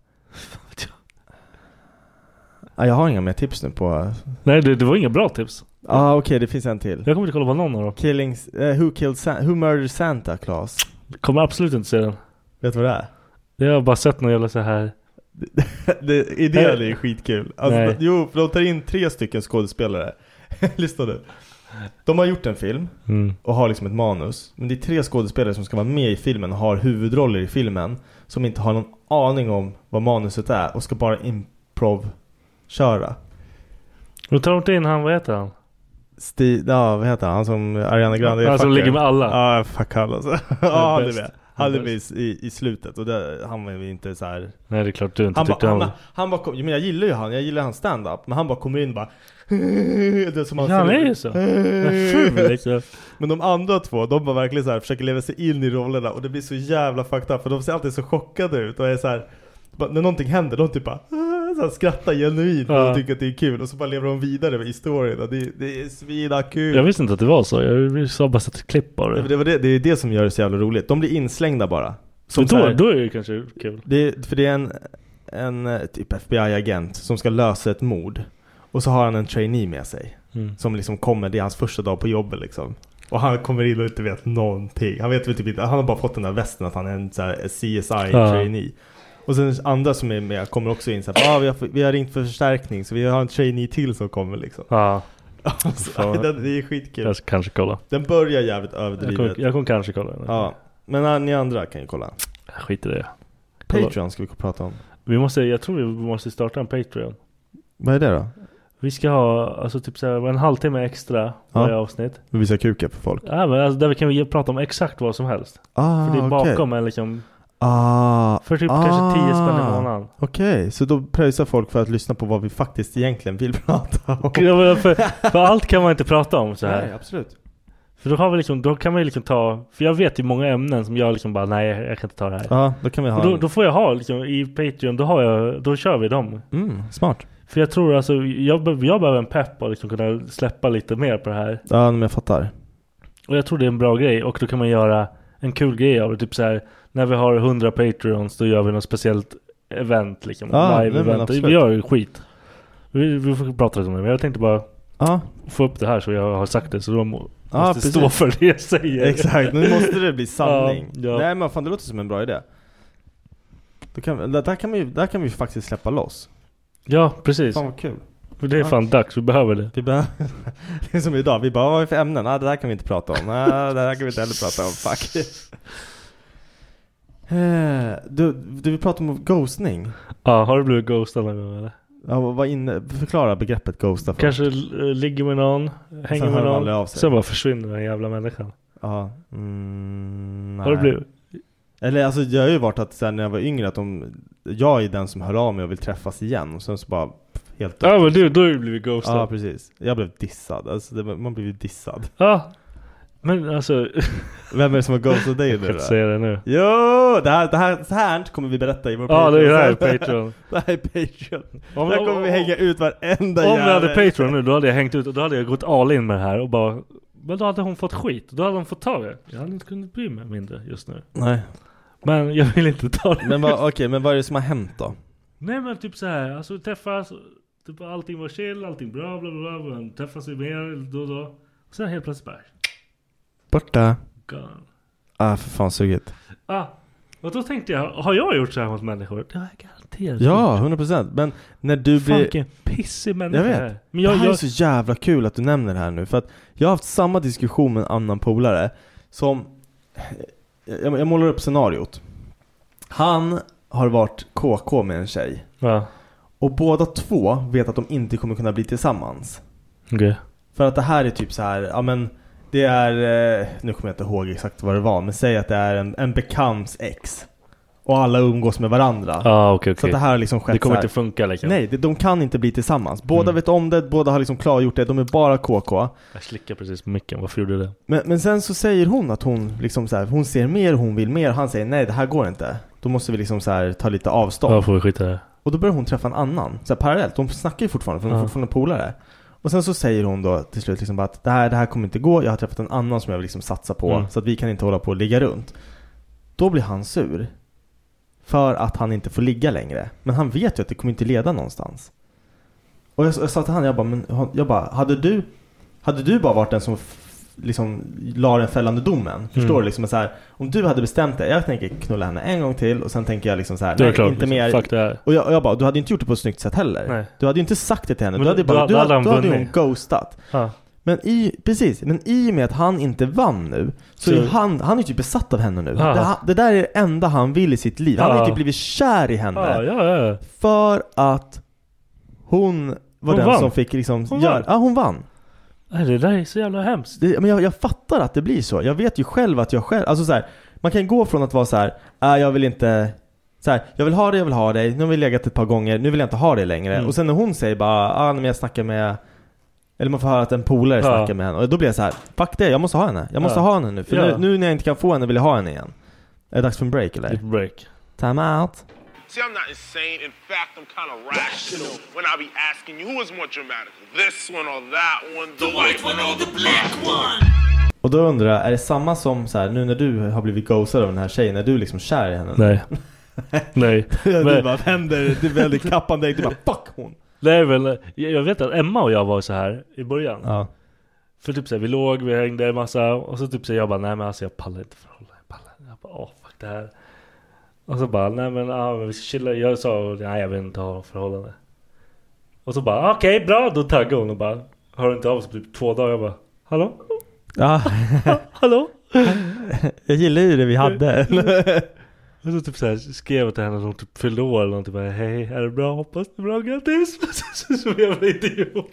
Jag har inga mer tips nu på. Nej, det var inga bra tips. Okej, det finns en till. Jag kommer inte kolla på någon av dem. Killings, Who Murdered Santa Claus? Kommer absolut inte se den. Vet du vad det är? Jag har bara sett någon jävla så här. Idén är skitkul. Alltså, jo, för de tar in 3 stycken skådespelare. Lyssna du. De har gjort en film och har liksom ett manus. Men det är 3 skådespelare som ska vara med i filmen och har huvudroller i filmen, som inte har någon aning om vad manuset är och ska bara improv-köra. Då tar de inte in han, vad heter han? Vad heter han? Han som Ariana Grande. Han som ligger med alla. Ja, fuck han alltså. Ja, det vet. Han är med i slutet. Och han var ju inte så här. Nej, det är klart du inte tyckte om. Han bara men jag gillar ju han. Jag gillar hans stand-up. Men han bara kommer in och bara det som han är ju så. Men de andra 2, de bara verkligen så här försöker leva sig in i rollerna. Och det blir så jävla fucked up. För de ser alltid så chockade ut. Och är så här, när någonting händer, de typ bara så skrattar genuint och tycker att det är kul. Och så bara lever de vidare med historien. Det är svida kul. Jag visste inte att det var så. Jag sa bara sett ett klipp bara. Det är det som gör det så jävla roligt. De blir inslängda bara. Som då är det kanske kul. För det är en typ FBI-agent som ska lösa ett mord. Och så har han en trainee med sig. Som liksom kommer, det är hans första dag på jobbet liksom. Och han kommer in och inte vet någonting. Han vet väl typ inte, han har bara fått den där västen att han är en så här CSI-trainee. Och sen andra som är med kommer också in så här, vi har ringt för förstärkning, så vi har en trainee till som kommer liksom. Ja. Alltså, det är skitkul. Jag ska kanske kolla. Den börjar jävligt överdrivet. Jag kommer kanske kolla. Ja. Men ni andra kan ju kolla. Skit i det. Patreon ska vi prata om. Jag tror vi måste starta en Patreon. Vad är det då? Vi ska ha alltså typ så här, en halvtimme extra varje avsnitt. Vi ska kuka för folk. Ja, men alltså, där vi kan prata om exakt vad som helst. För det är bakom en liksom. För typ kanske 10 spänn i månaden. Okej, så då pröjsar folk för att lyssna på vad vi faktiskt egentligen vill prata om. för allt kan man inte prata om så här. Nej, absolut. För då kan man liksom ta... För jag vet ju många ämnen som jag liksom bara, nej, jag kan inte ta det här. Ja, då kan vi ha... Då får jag ha liksom, i Patreon, då kör vi dem. Smart. För jag tror alltså, jag behöver en pepp och liksom kunna släppa lite mer på det här. Ja, men jag fattar. Och jag tror det är en bra grej. Och då kan man göra en kul grej av det. Typ så här, när vi har 100 Patreons, då gör vi något speciellt event liksom. Live-event. Vi gör ju skit. Vi får prata lite om det. Men jag tänkte bara få upp det här så jag har sagt det. Så de måste stå för det jag säger. Exakt, nu måste det bli sanning. Ja. Nej, men fan, det låter som en bra idé. Där kan vi faktiskt släppa loss. Ja, precis. Fan vad kul. Det är fan dags, vi behöver det. Det är som idag, vi bara, vad är det för ämnen? Det där kan vi inte prata om. Det där kan vi inte heller prata om, fuck. Du vill prata om ghostning? Ja, har du blivit ghostad någon gång eller? Ja, förklara begreppet ghosta. Kanske ligger med någon, hänger med någon, så bara försvinner den jävla människan. Ja, har du blivit? Eller alltså, jag har ju varit att sen när jag var yngre att jag är den som hör av mig och vill träffas igen. Och sen så bara helt dött. Ja, men då har du blivit ghostad. Ja, precis. Jag blev dissad. Alltså, man blev dissad. Ja, men alltså... Vem är det som har ghostat dig nu? Jag kan inte säga det nu. Jo, det här kommer vi berätta i vår Patreon. Ja, det är det här är Patreon. Det här är Patreon. Där kommer vi hänga ut varenda jävel. Om jag hade Patreon nu, då hade jag hängt ut och då hade jag gått all in med det här och bara... Men då hade hon fått skit. Då hade hon fått ta det. Jag hade inte kunnat bry mig mindre just nu. Nej. Men jag vill inte ta det. Men men vad är det som har hänt då? Nej, men typ så här, alltså träffas, typ allting var chill, allting bra, bla bla bla, man träffas ju mer då och då. Och sen helt plötsligt bara borta. Gone. För fan sugit. Och då tänkte jag, har jag gjort så här mot människor? Det har jag garanterat. Ja, 100%. Men när du blir... Vilken pissig människa. Jag vet. Men det här är så jävla kul att du nämner det här nu. För att jag har haft samma diskussion med en annan polare som... Jag målar upp scenariot. Han har varit KK med en tjej. Ja. Och båda två vet att de inte kommer kunna bli tillsammans. Okay. För att det här är typ så här, ja men det är, nu kommer jag inte ihåg exakt vad det var, men säg att det är en bekants ex. Och alla umgås med varandra. Okay. Så att det här liksom skett. Det kommer inte funka liksom. Nej, de kan inte bli tillsammans. Båda vet om det, båda har liksom klargjort det. De är bara KK. Jag slickar precis på micken, varför gjorde du det? Men sen så säger hon att hon liksom så här, hon ser mer, hon vill mer. Han säger nej, det här går inte. Då måste vi liksom så här ta lite avstånd. Ja, får vi skita det. Och då börjar hon träffa en annan. Så här, parallellt, de snackar ju fortfarande, för de är fortfarande polare. Och sen så säger hon då till slut liksom bara att det här kommer inte gå. Jag har träffat en annan som jag vill liksom satsa på. Så att vi kan inte hålla på och ligga runt. Då blir han sur. För att han inte får ligga längre. Men han vet ju att det kommer inte leda någonstans. Och jag sa till han, jag bara hade du bara varit den som liksom la den fällande domen? Förstår du liksom så här, om du hade bestämt det, jag tänker knulla henne en gång till och sen tänker jag liksom så här, nej, klart, inte liksom, mer. fuck det här. Och jag bara, du hade inte gjort det på ett snyggt sätt heller. Nej. Du hade ju inte sagt det till henne. Men du hade hon ghostat. Men i och med att han inte vann nu, så är han är typ besatt av henne nu. Det där är det enda han vill i sitt liv. Han har inte blivit kär i henne. För att hon var den som fick liksom hon vann. Det där är så jävla hemskt. Men jag fattar att det blir så. Jag vet ju själv att alltså så här, man kan gå från att vara så här, jag vill inte så här, jag vill ha dig, nu har vi legat ett par gånger, nu vill jag inte ha dig längre. Och sen när hon säger bara, men jag snackar med, eller man får höra att en polare snackar med henne, och då blir jag så här, fuck det, jag måste ha henne. Jag måste ha henne nu, för nu när jag inte kan få henne vill jag ha henne igen. Är det dags för en break eller? Break. Time out. See, I'm not insane. In fact, I'm kind of rational when I be asking you who is more dramatic, this one or that one, the white one or the black one. Och då undrar jag, är det samma som så här, nu när du har blivit ghostad av den här tjejen, när du liksom kär i henne? Nej. Nej. Du bara vänder, du vänder kappan dig, du bara fuck hon. Det är väl, jag vet att Emma och jag var så här i början. Ja. För typ så här, vi hängde en massa, och så typ så jag bara, nej men alltså jag pallar inte förhålla. Jag bara, fuck det här. Och så bara, nej men vi ska chilla. Jag sa, nej jag vill inte ha förhållande. Och så bara, okej, bra. Då taggade hon och bara, hör inte av sig på typ 2 dagar. Jag bara, hallå? Ja. Hallå? Jag gillar ju det vi hade. Och så typ så här skrev jag till henne att hon typ fyllde år eller någonting. Bara, hej, är det bra? Hoppas det är bra, grattis. Så jävla idiot.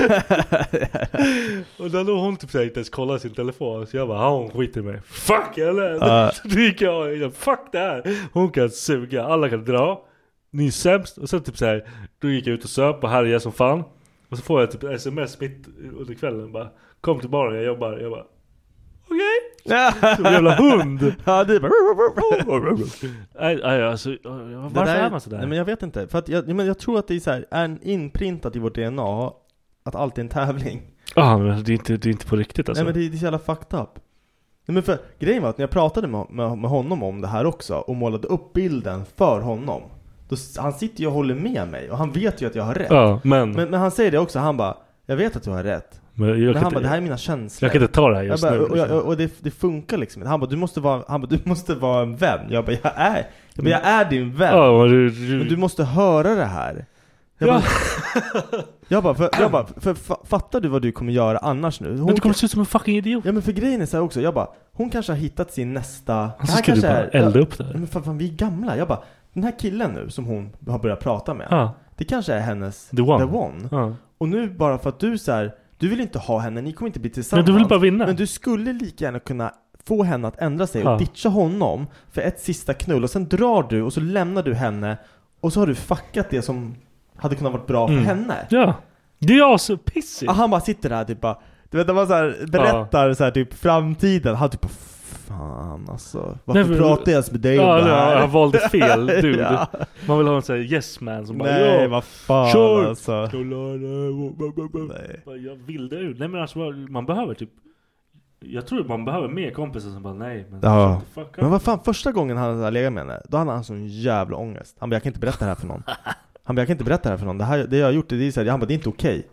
Och då hade hon typ så här inte ens kollat sin telefon. Så jag bara, hon skiter i mig. Fuck, eller? Då gick jag, fuck det här. Hon kan suga, alla kan dra. Ni är sämst. Och sen typ så här, då gick jag ut och söp och härjade som fan. Och så får jag typ sms mitt under kvällen. Bara, kom till baren, jag jobbar. Jag bara, okej. Som en jävla hund. Ja, det är bara... Nej, alltså, varför är man sådär? Nej, men jag vet inte. För att jag tror att det är så här, är inprintat i vårt DNA att allt är en tävling. Ja, men det är inte på riktigt alltså. Nej, men det är så jävla fucked up. Nej, men för grejen var att när jag pratade med honom om det här också och målade upp bilden för honom, då, han sitter ju och håller med mig och han vet ju att jag har rätt. Ja, men han säger det också, han bara, jag vet att du har rätt. Men han bara, det här är mina känslor. Jag kan inte ta det här just nu. Och det funkar liksom. Han bara, du måste vara en vän. Jag bara, jag är din vän. Ja, men du måste höra det här. Jag bara, fattar du vad du kommer göra annars nu? Men du kommer se ut som en fucking idiot. Ja, men för grejen är så här också. Jag bara, hon kanske har hittat sin nästa. Alltså ska du bara elda upp det. Men fan, vi är gamla. Jag bara, den här killen nu som hon har börjat prata med. Det kanske är hennes The one. Och nu bara för att du så här, du vill inte ha henne, ni kommer inte bli tillsammans. Men du vill bara vinna. Men du skulle lika gärna kunna få henne att ändra sig och ditcha honom för ett sista knull. Och sen drar du och så lämnar du henne. Och så har du fuckat det som hade kunnat vara bra för henne. Ja, det är jag så pissig. Han bara sitter där typ bara, du vet, man så här, berättar så här, typ framtiden. Han typ, fan alltså, varför pratar jag med dig om det här? Ja, jag valde fel, dude. Man vill ha en sån här yes man som bara, nej, vad fan sure. Alltså. Nej. Jag vill det ut. Nej, men alltså, man behöver typ, jag tror man behöver mer kompisar som bara, nej. Men vad fan, första gången han hade legat med henne, då hade han sån jävla ångest. Han bara, jag kan inte berätta det här för någon. Det jag har gjort, det är så här, han bara, det är inte okej.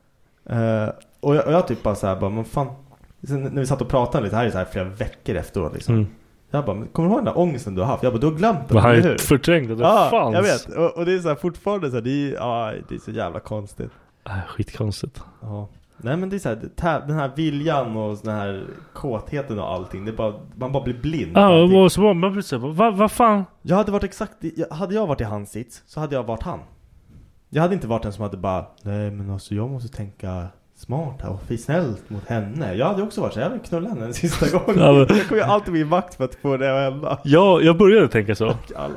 Och jag typ bara så här, bara, men fan. Sen, när vi satt och pratade lite, här är så här flera veckor efteråt liksom. Jag bara, kommer du ihåg den där ångesten du har haft? Jag bara, du har glömt den, eller hur? Förträngt det fanns. Jag vet, och det är så här fortfarande så här, det är så jävla konstigt. Skitkonstigt. Ja. Nej, men det är så här, den här viljan och den här kåtheten och allting, det är bara, man bara blir blind. Ja, och så man blir så här, vad fan? Jag hade varit hade jag varit i hans sits så hade jag varit han. Jag hade inte varit den som hade bara, nej men alltså jag måste tänka smart här och bli snällt mot henne. Jag hade också varit så här, jag vill knulla henne den sista gången. Jag kommer ju alltid bli vakt för att få det att hända. Ja, jag började tänka så.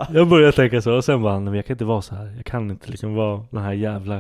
Och sen bara, men jag kan inte vara så här. Jag kan inte liksom vara den här jävla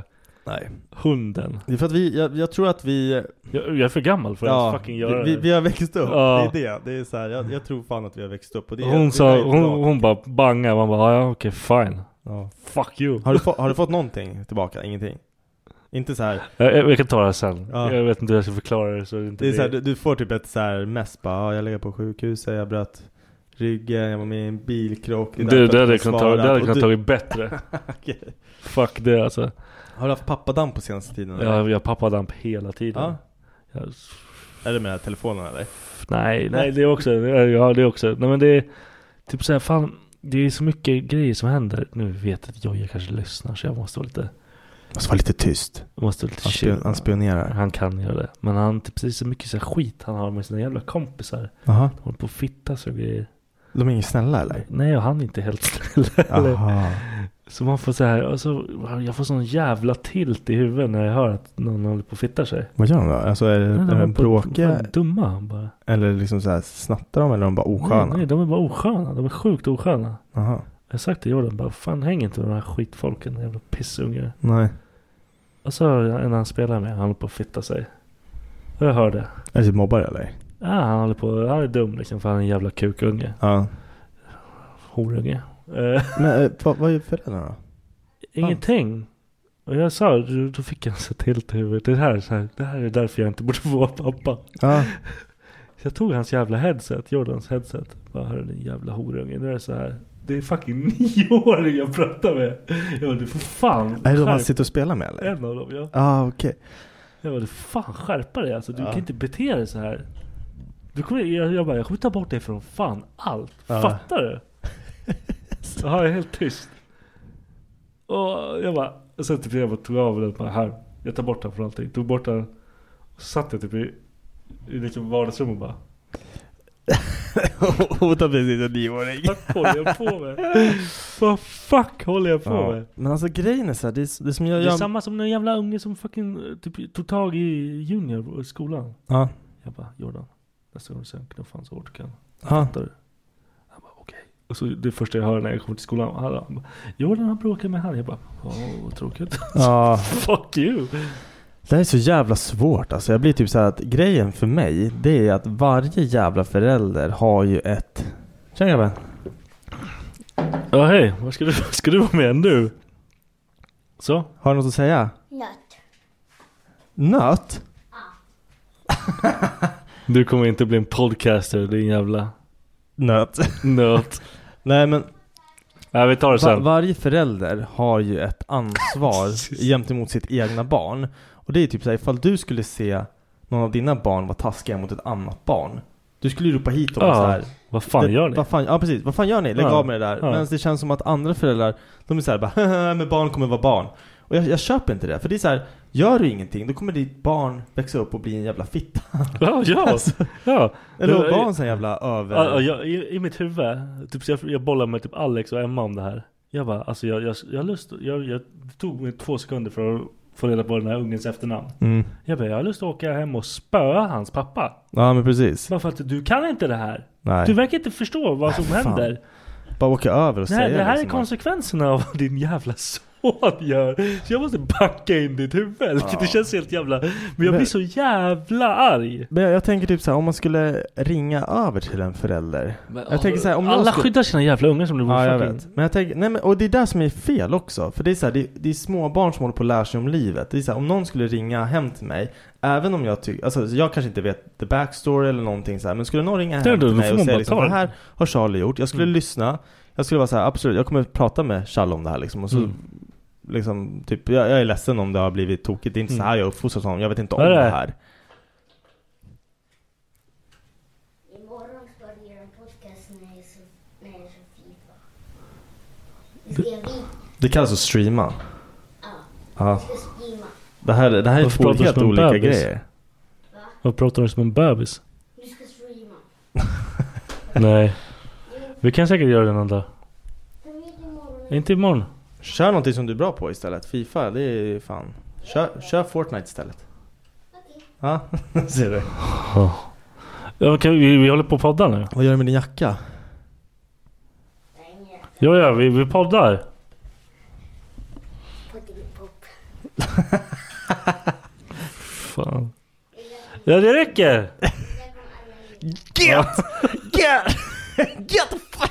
hunden. Det är för att jag tror att vi... Jag är för gammal för att fucking göra det. Vi har växt upp, det är det. Det är så här, jag tror fan att vi har växt upp. Och det hon bara bangar, man bara, ja okej, fine. Ja. Fuck you. Har du fått någonting tillbaka? Ingenting? Inte så här. Jag kan ta det här sen. Jag vet inte hur jag ska förklara det, så inte det är så här, du får typ ett så här mess bara, jag lägger på sjukhuset, jag bröt ryggen, jag var med i en bilkrock. Det hade kunnat ta bättre. Okay. Fuck det alltså. Har du haft pappadamp på senaste tiden? Ja, jag har pappadamp hela tiden. Ja. Är det med telefonen eller? Nej, det är också. Ja, det är också. Nej, men det är typ så här, fan, det är så mycket grejer som händer. Nu vet jag att jag kanske lyssnar, så jag måste vara lite tyst. Han spionerar. Han kan göra det. Men han typ precis så mycket så här skit han har med sina jävla kompisar. Aha. De håller på att fitta så grejer. De är inte snälla eller? Nej, och han är inte helt snäll. Så man får så här, alltså, jag får sån jävla tilt i huvudet när jag hör att någon håller på att fitta sig. Vad gör de då? Alltså är de bråkiga? Dumma bara. Eller liksom så här, snattar de, eller är de bara osköna? Nej, de är bara osköna. De är sjukt osköna. Aha. Jag har sagt till Jordan bara, fan häng inte med de här skitfolken, jävla pissungar. Nej. Och så en han spelar med, han håller på att fitta sig. Och jag hör det. Är det typ mobbare eller? Ja, han är dum liksom, för han är en jävla kukunge. Ja. Horunge. Men vad är föräldrarna då? Ingenting. Och jag sa, då fick jag så till huvudet. Det här är därför jag inte borde få vara pappa. Ja. Så jag tog hans jävla headset, Jordans headset. Bara, hörde den jävla horunge. Nu är det så här. Det är fucking 9-åring jag pratar med. Jag bara, du får fan. Är det de man sitter och spelar med eller? En av dem, ja. Okej. Jag bara, du fan skärpa dig alltså. Du kan inte bete dig så här. Jag kommer ta bort dig från fan allt. Fattar du? Så har jag helt tyst. Och jag bara, sen typ jag bara tog av den bara här. Jag tar bort den från allting. Tog bort den. Och så satt jag typ i liksom vardagsrum och bara Hota precis en 9-åring. Vad håller jag på med? Vad fuck håller jag på med? Men alltså grejen är så här, det som Det är samma som den jävla unge som fucking typ tog tag i junior i skolan. Ja. Jag bara, Jordan, nästa gång sen knuffa han så hårt du kan. Ja. Fattar du? Jag bara, okej. Och så det första jag hör när jag kommer till skolan, han bara, Jordan har bråkat med han. Jag bara, vad tråkigt. Ja. Fuck you. Det här är så jävla svårt. Alltså jag blir typ så här att grejen för mig, det är att varje jävla förälder har ju ett... Tjena grabben. Ja hej, vad ska du vara med än du? Så? Har du något att säga? Nöt? Du kommer inte bli en podcaster, din jävla nöt. Nej men vi tar det sen. Varje förälder har ju ett ansvar gentemot sitt egna barn. Och det är typ så här, ifall du skulle se någon av dina barn vara taskiga mot ett annat barn, du skulle ju ropa hit dem så här. Vad fan gör ni? Ja precis, vad fan gör ni? Lägg av med det där. Men det känns som att andra föräldrar, de är så här bara, men barn kommer vara barn. Och jag köper inte det, för det är så här, gör du ingenting, då kommer ditt barn växa upp och bli en jävla fitta. Ja. Alltså, ja. Eller barn så jävla över. I mitt huvud, typ jag bollar med typ Alex och Emma om det här. Jag bara, alltså jag tog mig 2 sekunder för att få reda på den här ungens efternamn. Jag har lust att åka hem och spöa hans pappa. Ja men precis. Bara för att du kan inte det här. Nej. Du verkar inte förstå vad som händer. Bara åka över och säga det här liksom är konsekvenserna av vad din jävla son gör. Så jag måste backa in ditt huvud. Det känns helt jävla... Men jag blir så jävla arg. Men jag tänker typ så här, om man skulle ringa över till en förälder. Men, jag tänker så här, om alla skyddar sina jävla ungar som du ja, jag vet. Men jag tänker, nej men, och det är där som är fel också. För det är så här, det är små barn som håller på att lära sig om livet. Det är så här, om någon skulle ringa hem till mig, även om jag tycker, alltså jag kanske inte vet the backstory eller någonting så här, men skulle någon ringa hem till mig och säga liksom, det här har Charlie gjort. Jag skulle lyssna. Jag skulle vara så här, absolut, jag kommer prata med Charlie om det här liksom. Och så liksom, typ, jag är ledsen om det har blivit tokigt. Det är inte så här jag uppfostras honom. Jag vet inte om det här. Imorgon ska du göra en podcast när jag är så FIFA. Det kallas att streama. Ja. Jag ska streama. Det här är två helt olika grejer. Va? Vad pratar du som en bebis? Du ska streama. Nej. Vi kan säkert göra det någon dag. Inte imorgon. Kör någonting som du är bra på istället. FIFA, det är fan. Kör Fortnite istället. Ja, ser du. Ja, vi håller på att podda nu. Vad gör du med din jacka? Ja, vi poddar. Fan. Ja, det räcker. Get the fuck.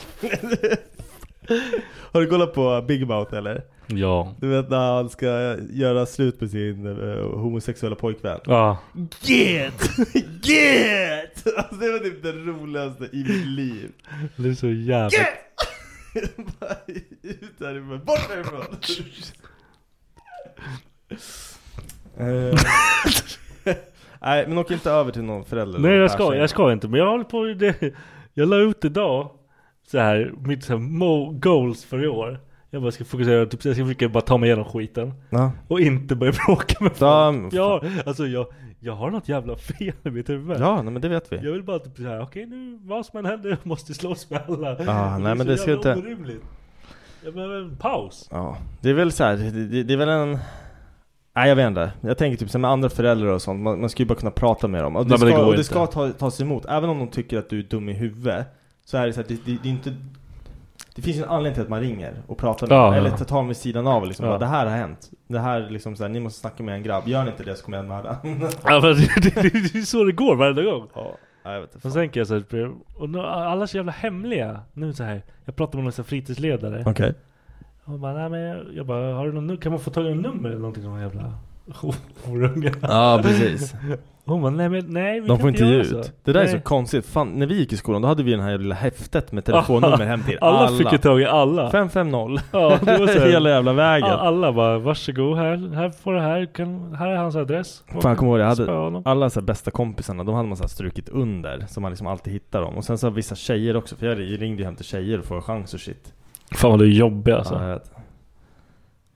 Har du kollat på Big Mouth eller? Ja. Du vet när han ska göra slut med sin homosexuella pojkvän. Ja. Get! Alltså, det var typ det roligaste i mitt liv. Det är så jävla... Get! Ut därifrån. Bort därifrån. Nej, men åk inte över till någon förälder. Nej, jag ska inte. Men jag håller på det. Jag la ut idag så här, mitt så här, goals för i år. Jag bara ska fokusera, typ, jag ska försöka bara ta mig igenom skiten. Ja. Och inte börja bråka med folk. Jag har något jävla fel i mitt huvud. Ja, nej, men det vet vi. Jag vill bara typ så här, okej, nu, vad som än händer, jag måste slåss med alla. Nej, men det ska inte... orimligt. Jag behöver en paus. Ja, det är väl så här, det är väl en... Nej, jag vet inte. Jag tänker typ som med andra föräldrar och sånt. Man ska ju bara kunna prata med dem. Och det ska tas emot. Även om de tycker att du är dum i huvudet, så är det så här, det är inte... Det finns ju en anledning till att man ringer och pratar med dem. Eller tar dem vid sidan av liksom. Bara, det här har hänt. Det här liksom så här, ni måste snacka med en grabb. Gör ni inte det så kommer jag mörda. Ja, men det är så det går varje gång. Ja, jag vet inte. Och så tänker jag så här, och alla är så jävla hemliga. Nu så här, jag pratar med någon fritidsledare. Okej. Och bara, nej men jag bara, har du någon, kan man få tag i en nummer eller någonting som jävla horunga? Ja, precis. Hon bara, nej, vi de får inte ge ut. Så. Det där är så konstigt. Fan, när vi gick i skolan, då hade vi den här lilla häftet med telefonnummer hem till alla. Alla fick ju tag i alla. 550. Ja, det var så här, hela jävla vägen. Alla bara, varsågod, här får det här. Här är hans adress. Fan, kommer ihåg, jag hade alla så här bästa kompisarna, de hade man så här strukit under, så man liksom alltid hittar dem. Och sen så vissa tjejer också, för jag ringde ju hem till tjejer och får chans och shit. Fan vad det är jobbigt alltså. Ja, jag vet.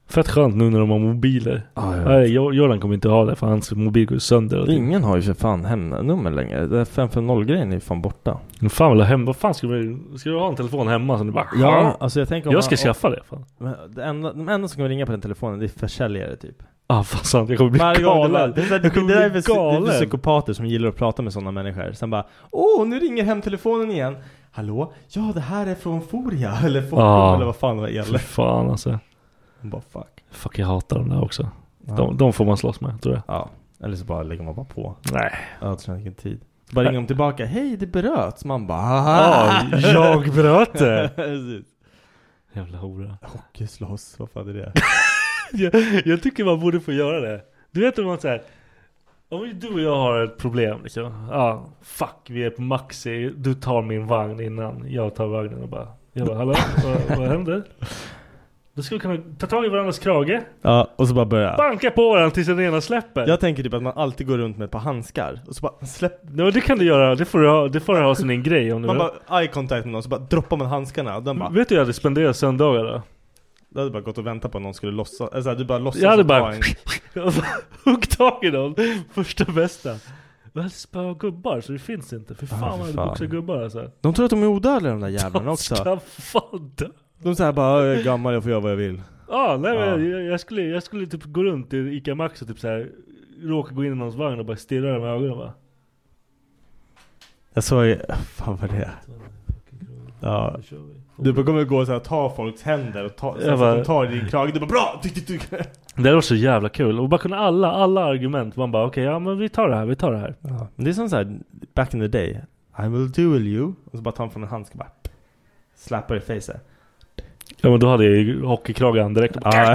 Fett skönt nu när de har mobiler. Nej, Jordan kommer inte ha det för hans mobil går sönder. Ingen har ju för fan hemnummer längre. Det är 550-grejen är fan borta. Men fan vill ha hem? Vad fan ska du ha en telefon hemma som du bara... Ja, alltså jag tänker... Jag ska skaffa det fan. De enda som kommer ringa på den telefonen, det är försäljare typ. Fan sant, jag kommer bli galen. Det är psykopater som gillar att prata med sådana människor. Sen bara, nu ringer hemtelefonen igen. Hallå? Ja, det här är från Foria. Eller Forum, eller vad fan det gäller. Fan alltså. Bara fuck, jag hatar dem där också. De får man slåss med, tror jag. Ja, eller så bara lägger man bara på. Nej. Jag tror inte tid. Så bara ringer de tillbaka. Hej, det bröts. Man bara, jag bröt det. Jävla hora. Hockeyslåss, vad fan är det? jag tycker man borde få göra det. Du vet om man säger, om du och jag har ett problem liksom. Fuck, vi är på Maxi. Du tar min vagn innan jag tar vagnen och bara, hallå, vad händer? Då ska vi kunna ta tag i varandras krage. Ja, och så bara börja banka på varandra tills den ena släpper. Jag tänker typ att man alltid går runt med ett par handskar och så bara Ja, det kan du göra. Det får du ha som en grej om du man bara eye contact med någon, så bara droppar man handskarna och den bara... Vet du, jag hade spenderat söndagar då. Du hade bara gått och väntat på att någon skulle lossa. Alltså, du bara låtsas. Jag hade bara hugg tag i någon. Första bästa. Jag hade spö gubbar, så det finns inte. För fan vad det boxar gubbar alltså. De tror att de är odödliga, de där jävlarna också. Ska fan dö. De säger bara, jag är gammal, jag får göra vad jag vill. Men jag skulle typ gå runt i Ica Max och typ så här råka gå in i någons vagn och bara stirra med ögonen, va? Jag såg, fan vad det är. Ja. Du kommer gå och så här, ta folks händer och så att de tar din krage. Du bara, bra! Det var så jävla kul. Och bara kunna alla argument. Man bara, okej, men vi tar det här. Ja. Det är som så här, back in the day. I will duel you. Och så bara tar han från en handske bara slappar i facet. Ja, men då hade jag ju hockeykragen direkt.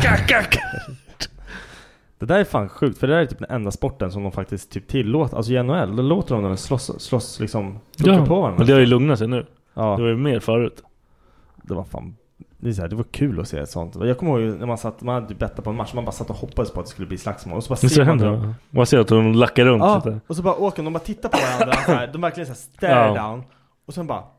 Det där är fan sjukt, för det där är typ den enda sporten som de faktiskt typ tillåter. Alltså i NHL, då låter de när de slåss liksom på varandra. Men det har ju lugnat sig nu. Ja. Det var ju mer förut. Det var fan, det var kul att se ett sånt. Jag kommer ihåg när man hade bettat på en match, man bara satt och hoppades på att det skulle bli slagsmål. Och så bara ser man ser att de lackar runt. Ja, och så bara åker de bara tittar på varandra så här, de verkligen så här stare down. Och sen bara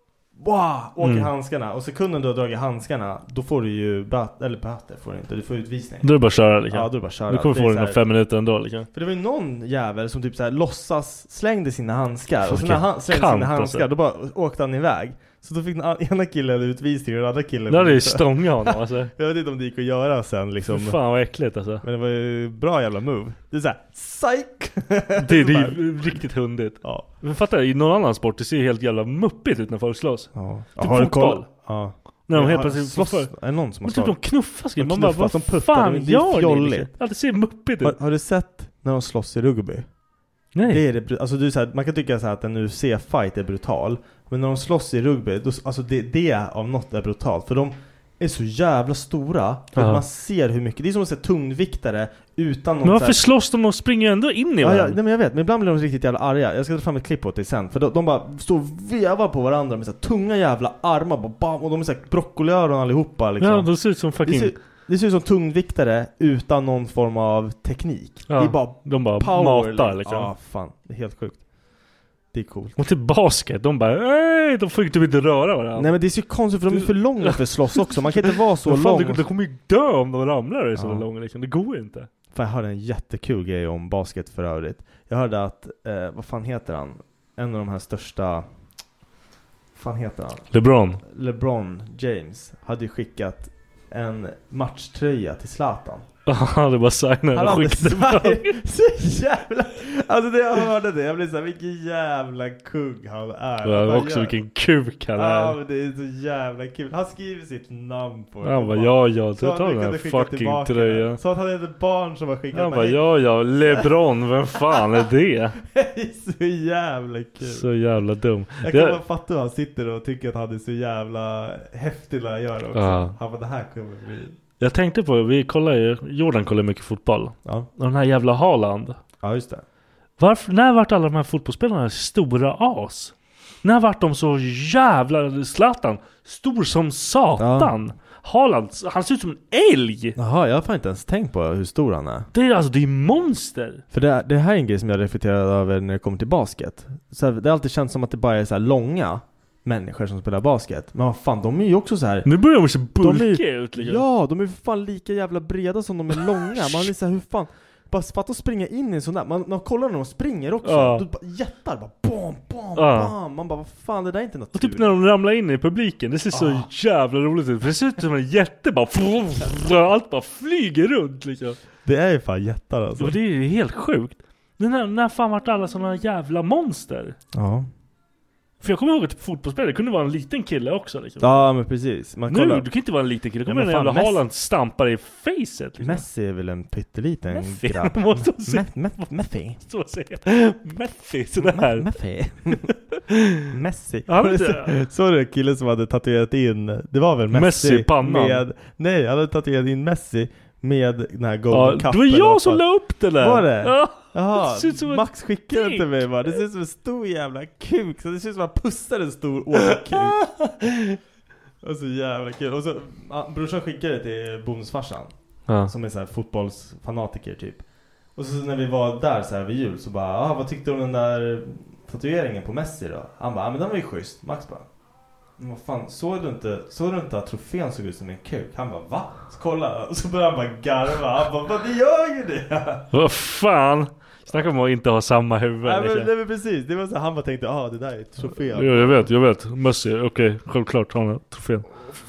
åker handskarna. Och sekunden du har dragit handskarna, då får du ju böter får du inte. Du får utvisning. Då är det bara att köra liksom. Ja, då är det bara att köra. Du kommer få det 5 minuter ändå liksom. För det var ju någon jävel som typ så här låtsas slängde sina handskar. Och så när han slängde sina handskar alltså. Då bara åkte han iväg. Så då fick den ena killen utvisning och den andra killen... Det hade ju stångat honom alltså. Jag vet inte om det gick att göra sen liksom. Fan vad äckligt alltså. Men det var ju bra jävla move. Det är såhär, psych! Det är ju riktigt hundigt. Ja. Men fattar i någon annan sport, det ser helt jävla muppigt ut när folk slåss. Ja. Typ fotboll. Ja. När de helt plötsligt slåss. Är någon som har slåss? De knuffar. Man bara, vad fan gör ni? Ja, det ser muppigt ut. Har du sett när de slåss i rugby? Nej. Det är det, alltså du, så här, man kan tycka så här att en UFC-fight är brutal. Men när de slåss i rugby, då, alltså det av något är brutalt. För de är så jävla stora att man ser hur mycket. Det är som att se tungviktare utan något. Men varför slåss de och springer ändå in i varandra? Nej, men jag vet, men ibland blir de riktigt jävla arga. Jag ska ta fram ett klipp åt dig sen. För de bara står och vevar på varandra med så här tunga jävla armar bara, bam, och de är så här broccoliöron allihopa liksom. Ja, de ser ut som fucking... Det ser ut som tungviktare utan någon form av teknik. Ja, det är bara de bara power, matar liksom. Ja, fan. Det är helt sjukt. Det är coolt. Och till basket, de bara de får ju typ inte röra varandra. Nej, men det är så konstigt för de är för långa för att slåss också. Man kan inte vara så lång. Det kommer ju dö om de ramlar och är så långa liksom. Det går inte. För jag hörde en jättekul grej om basket för övrigt. Jag hörde att, vad fan heter han? En av de här största... Vad fan heter han? LeBron James hade ju skickat en matchtröja till Zlatan. Det var signar och skickade. Så jävla... Alltså det jag hörde det, jag blev såhär, vilken jävla kung han är. Ja, också vilken kuk han är. Ja, men det är så jävla kul. Han skriver sitt namn på det. Han bara, jag tar den här fucking tröjan. Så att han är ett barn som har skickat. Han bara, LeBron, vem fan är det? Det är så jävla kul. Så jävla dum. Jag kan bara fatta hur han sitter och tycker att han är så jävla häftig när han gör det också. Han bara, det här kommer bli... Jag tänkte på, Jordan kollar mycket fotboll. Ja. Och den här jävla Haaland. Ja, just det. När vart alla de här fotbollsspelarna stora as? När vart de så jävla Zlatan? Stor som satan. Ja. Haaland, han ser ut som en älg. Jaha, jag har fan inte ens tänkt på hur stor han är. Det är monster. För det här är en grej som jag reflekterar över när det kommer till basket. Så här, det har alltid känts som att det bara är så här långa. människor som spelar basket. Men vad fan, de är ju också så här. Nu börjar de så bulka ut liksom. Ja, de är fan lika jävla breda som de är långa. Man är så här, hur fan bara fatta att springa in i en sån där. Man kollar när de springer också. Ja. Då bara jättar bara bam, bam, bam. Man bara, vad fan, det där är inte naturligt. Och typ när de ramlar in i publiken, det ser så jävla roligt ut. För det ser ut som en jätte bara allt bara flyger runt liksom. Det är ju fan jättar alltså. Och det är ju helt sjukt. Men när fan vart alla såna jävla monster? Ja. För jag kommer ihåg att fotbollsspelare kunde vara en liten kille också liksom. Ja, men precis. Nu, du kan inte vara en liten kille. Kommer en jävla Haaland stampar i facet liksom. Messi är väl en pytteliten grabb. Messi. Så säger Messi, sådär. Messi. Så det killen som hade tatuerat in, det var väl Messi pannan. Nej, han hade tatuerat in Messi med den här Golden Cup. Det var jag som la upp det där. Var det? Ja. Jaha, Max skickade den till mig bara. Det ser ut som en stor jävla kuk. Så det ser ut som att man pussar en stor åkerkuk. Och så jävla kul. Och så brorsan skickade det till bonusfarsan. Som är så här fotbollsfanatiker typ. Och så när vi var där så här vid jul så bara, vad tyckte du om den där tatueringen på Messi då? Han bara, men den var ju schysst. Max bara, men vad fan, såg du inte att trofén såg ut som en kuk? Han bara, va? Så kolla, och så började han bara garva. Han bara, vad, det gör ju det! Vad fan? Snacka om att inte ha samma huvud. Nej men precis, det var så han bara tänkte, det där är ett trofén. Ja, jag vet, Messi, okej, självklart han har trofén.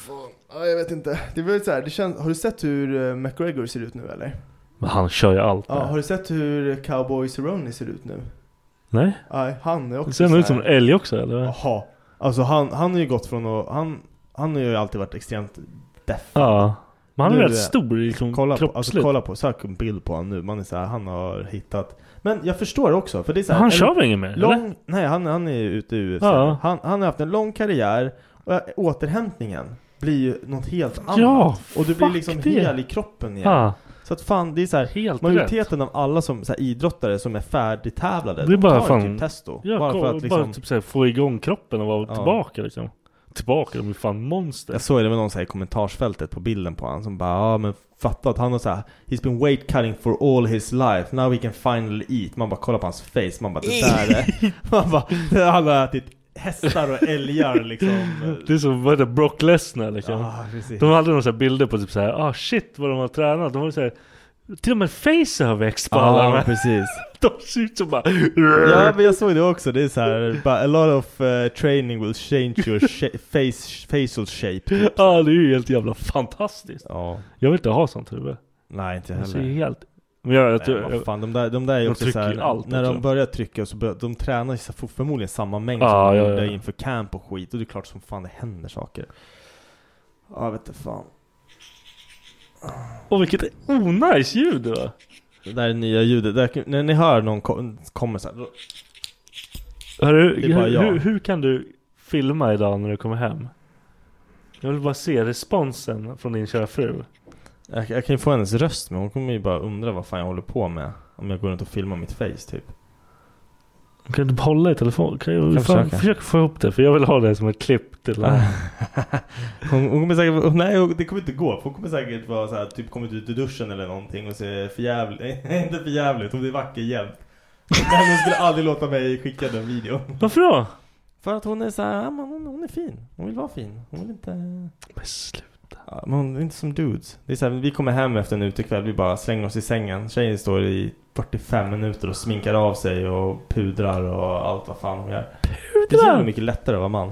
Ja, jag vet inte. Det var så här, det känns, har du sett hur McGregor ser ut nu eller? Men han kör ju allt. Ja, har du sett hur Cowboy Cerrone ser ut nu? Nej. Nej, han är också. Ser han ut som en älg också eller? Jaha. Alltså han har ju gått från att han har ju alltid varit extremt deff. Ja. Men han är rätt stor liksom, kolla på sök en bild på honom nu. Man är så här, han har hittat. Men jag förstår också för det är så här, han kör väl inget mer? Eller? Nej, han är ute i USA. Ja. Han har haft en lång karriär och återhämtningen blir ju något helt annat. Ja, och du blir liksom hel i kroppen igen. Ja. Så att fan, det är så här, helt majoriteten rätt. Av alla som så här, idrottare som är färdigtävlade, det är bara tar typ testo. Ja, bara för att liksom, bara typ så här, få igång kroppen och vara tillbaka liksom. Tillbaka, de är fan monster. Jag såg det med någon så här i kommentarsfältet på bilden på han som bara, men fatta att han har så här, he's been weight cutting for all his life, now he can finally eat. Man bara kollar på hans face, man bara, det där är man bara, han har ätit hästar och älgar liksom. Det är som vad det Brock Lesnar liksom. De hade några så här bilder på typ så här, shit vad de har tränat. De har så här, till och med face har växt på alla. Ja, precis. De ser ut som bara. Ja, men jag såg det också. Det är så här, a lot of training will change your facial shape. Ja, det är ju helt jävla fantastiskt. Ja. Jag vill inte ha sånt huvud. Nej, inte heller. Det är helt. Men jag fan, de där är också så här, allt när också. De börjar trycka så de tränar så förmodligen samma mängd som de gjorde inför camp och skit, och det är klart som fan det händer saker. Ja, jag vet inte fan. Och vilket nice ljud det var. Det där är nya ljudet. Där, när ni hör någon kommer så här. Hur kan du filma idag när du kommer hem? Jag vill bara se responsen från din kära fru. Jag kan ju få hennes röst, men hon kommer ju bara undra vad fan jag håller på med om jag går runt och filmar mitt face typ. Kan du hålla i telefon? Kan jag försöka få ihop det, för jag vill ha det som ett klipp till hon kommer säkert, nej det kommer inte gå, för hon kommer säkert vara så här, typ kommit ut i duschen eller någonting och se förjävligt, inte förjävligt, hon är vacker jämt. Men hon skulle aldrig låta mig skicka den videon. Varför då? För att hon är så här, hon är fin. Hon vill vara fin. Hon vill inte. Sluta. Ja, men hon är inte som dudes. Det är så här, vi kommer hem efter en utekväll, vi bara slänger oss i sängen. Tjejen står i 45 minuter och sminkar av sig och pudrar och allt vad fan hon gör. Det är så mycket lättare att vara man.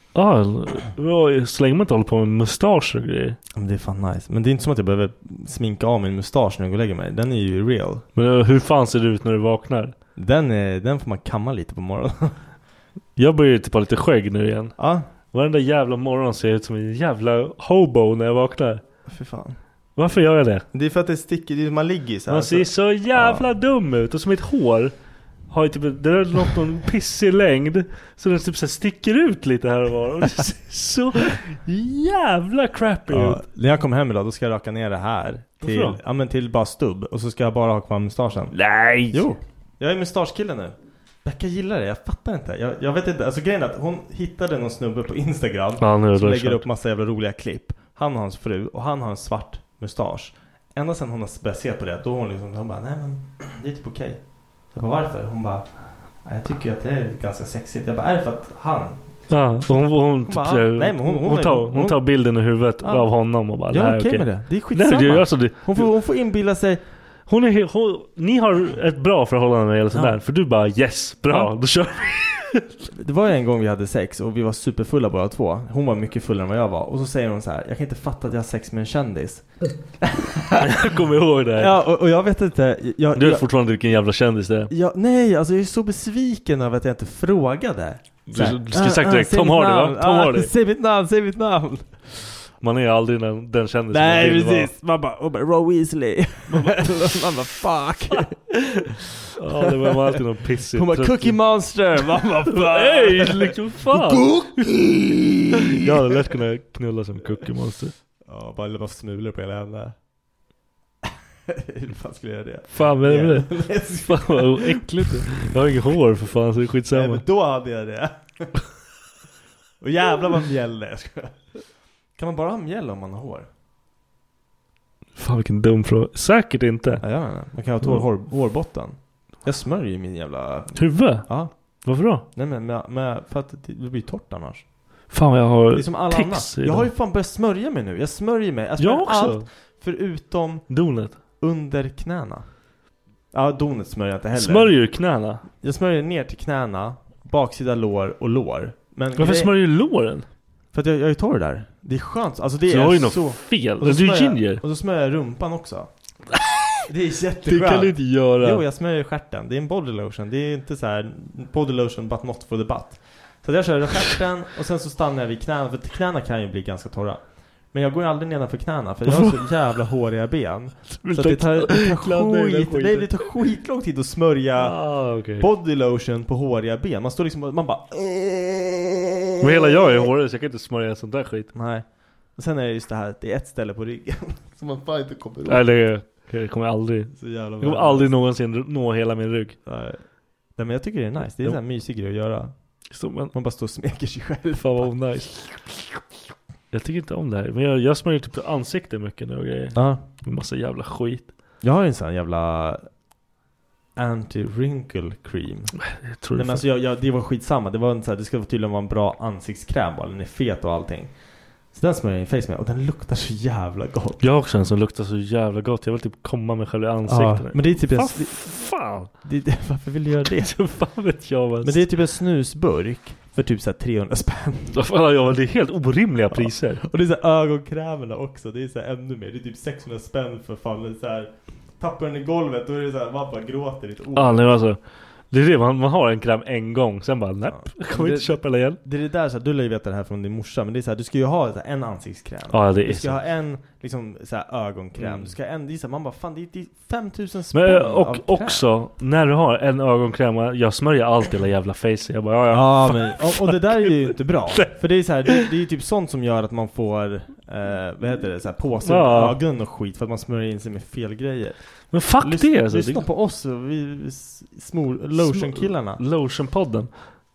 Så länge man inte håller på med mustasch och grejer. Men det är fan nice. Men det är inte som att jag behöver sminka av min mustasch när jag går och lägger mig. Den är ju real. Men hur fan ser det ut när du vaknar? Den får man kamma lite på morgonen. Jag börjar typ ha lite skägg nu igen. Ja. Varenda jävla morgon ser ut som en jävla hobo när jag vaknar. För fan. Varför gör jag det? Det är för att det sticker, man ligger så här. Man ser så jävla dum ut. Och som mitt hår har ju typ, det är någon pissig längd, så den typ så sticker ut lite här och var. Och det ser så jävla crappy ut. När jag kommer hem idag, då ska jag raka ner det här till bara stubb. Och så ska jag bara ha kvar mustaschen. Nej! Jo, jag är mustaschkille nu. Becka gillar det, jag fattar inte. Jag vet inte, alltså grejen är att hon hittade någon snubbe på Instagram som lägger upp massa jävla roliga klipp. Han och hans fru, och han har en svart mustasch. Ända sedan hon har börjat se på det, då hon bara, nej men det är typ okej. Jag bara, varför? Hon bara, jag tycker att det är ganska sexigt. Jag bara, är det för att han Ja, hon tar bilden i huvudet av honom och bara, jag är okej med det. Det är skitsamma. Hon får inbilla sig. Ni har ett bra förhållande med eller sådär. För du bara, yes, bra, då kör vi. Det var en gång vi hade sex och vi var superfulla båda två. Hon var mycket fullare än vad jag var. Och så säger hon så här: jag kan inte fatta att jag har sex med en kändis. Jag kommer ihåg det. Ja, och jag vet inte. Du vet fortfarande vilken jävla kändis det är. Nej, alltså jag är så besviken över att jag inte frågade. Du skulle sagt direkt, Tom Hardy, va? Tom Hardy. Säg mitt namn. Man är aldrig den kändis. Nej, precis. Man bara, Ron Weasley. Man bara, fuck. Ja, det var alltid någon pissig. Hon bara, Cookie Monster. Man bara, fuck. Hej, liksom fan. Cookie. Jag hade lätt kunnat knulla som Cookie Monster. Ja, bara lämna smulor på hela henne. Hur fan skulle jag göra det? Fan, vad är det? Fan, vad äckligt. Jag har inget hår för fan, så det är skitsamma. Nej, men då hade jag det. Och jävlar vad mjäll det är. Kan man bara ha mjäll om man har hår? Fan, vilken dum fråga. Säkert inte. Ja, man kan ha hårbotten. Jag smörjer ju min jävla huvud. Ja. Varför då? Nej, men för att det blir torrt annars. Fan, jag har det är som alla andra. Jag har ju fan börjat smörja mig nu. Jag smörjer mig. Jag också. Allt förutom donet. Under knäna. Ja, donet smörjer jag inte heller. Smörjer du knäna? Jag smörjer ner till knäna, baksida lår och lår. Men varför smörjer du låren? För att jag är torr där. Det är skönt. Alltså det så är har ju så något fel. Du är ginger. Och så smörjer jag rumpan också. Det är jätteskönt. Det kan du inte göra. Jo, jag smörjer stjärten. Det är en body lotion. Det är inte så här body lotion but not for the butt. Så jag kör stjärten och sen så stannar jag vid knäna. För knäna kan ju bli ganska torra. Men jag går ju aldrig nedanför knäna för jag har så jävla håriga ben. Så det tar skitlång tid att smörja body lotion på håriga ben. Man står liksom, man bara... Men hela jag är hårig så jag kan inte smörja sånt där skit. Nej. Och sen är det just det här, det är ett ställe på ryggen som man fan inte kommer ihåg. Nej, det kommer aldrig. Jag kommer aldrig någonsin nå hela min rygg. Nej, men jag tycker det är nice. Det är en sån här mysig grej att göra. Man bara står och smeker sig själv. Fan vad nice. Jag tycker inte om det här. Men jag smörjer typ ansiktet mycket nu och grejer. Ja. Med massa jävla skit. Jag har en sån jävla anti-wrinkle cream. Jag tror men alltså det var skitsamma. Det var en så här, det ska tydligen vara en bra ansiktskräm. Den är fet och allting. Så den smörjer jag i face med. Och den luktar så jävla gott. Jag har också en som luktar så jävla gott. Jag vill typ komma med själv i ansiktet. Ja, men det är typ fan. Varför vill du göra det? Fan vet jag. Men det är typ en snusburk. För typ så här 300 spänn. Ja, det är helt orimliga priser. Och det är så här ögonkrämerna också. Det är så här ännu mer. Det är typ 600 spänn för fan. Det är så här, tappar den i golvet. Då är det så här, man bara gråter lite. Ja, nej, alltså. Det är det, man har en kräm en gång. Sen bara, nej, kommer inte köpa det igen. Det är det där, så här, du lär ju veta det här från din morsa. Men det är så här, du ska ju ha så här, en ansiktskräm. Ja, det är du ska så. ha en liksom, så här, ögonkräm. Du ska ha en, det är så här, man bara, fan det är 5000 spänn. Men, och också, när du har en ögonkräm, jag smörjer allt hela jävla face. Jag bara, ja men, och det där är ju inte bra. För det är så här, det är ju typ sånt som gör att man får vad heter det, så här, påse ögon och skit. För att man smörjer in sig med fel grejer. Men fuck det alltså. Lyssna på oss, vi lotion-killarna. Lotion-podden.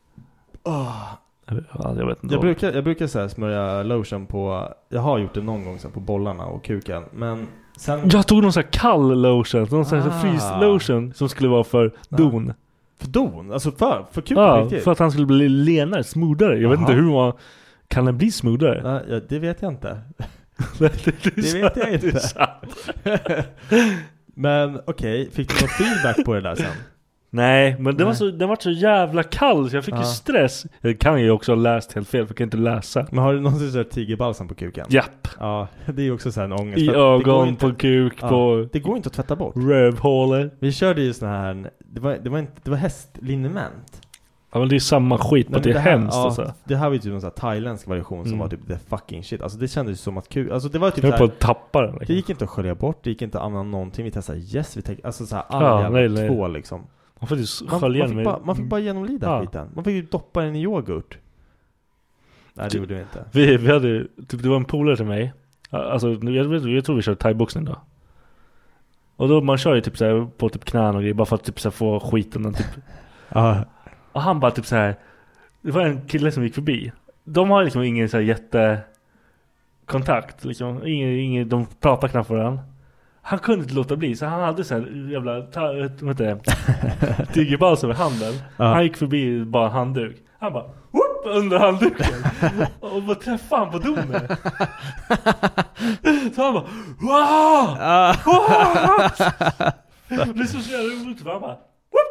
Jag vet inte. Jag brukar så här smörja lotion på. Jag har gjort det någon gång så här, på bollarna och kuken. Men sen... Jag tog någon så här kall lotion. Någon så här frys-lotion som skulle vara för don. För don? Alltså för kuken? Ja, för att han skulle bli lenare, smoothare. Jag vet inte hur man... Kan den bli smoothare? Ja, det vet jag inte. Det vet jag inte. Men okej, fick du någon feedback på det där sen? Nej, men den var så jävla kall så jag fick ju stress. Jag kan ju också ha läst helt fel, för jag kan inte läsa. Men har du någonsin sett tigerbalsam på kuken? Japp. Ja, det är ju också så här en ångest. I ögon, inte, på kuk, på... Det går inte att tvätta bort. Rövhålet. Vi körde ju sån här... Det var hästliniment. Ja, men det är samma skit, men det är hemskt alltså. Det här var ju typ en sån här thailändsk variation som var typ the fucking shit. Alltså det kändes som att alltså det var typ jag höll på att tappa den. Det gick inte att skölja bort, det gick inte att använda någonting. Vi testade alltså så här alla jävla två liksom. Man fick bara genomlida skiten. Man fick ju doppa den i yoghurt. Nej, det gjorde vi inte. Vi hade typ, det var en polare till mig. Alltså jag tror vi körde thai-boxning då. Och då man kör ju typ så här på typ knän och grejer bara för att typ så här få skiten typ. Och han bara typ så här. Det var en kille som gick förbi. De har liksom ingen så här jättekontakt liksom. Ingen, de pratar knappt för varandra. Han kunde inte låta bli. Så han hade så här jävla tigerbalsam över handen. Han gick förbi bara en handduk. Han bara whoop! under handduken och bara träffade han på domen. Så han bara wow! Det är så jävla roligt för han bara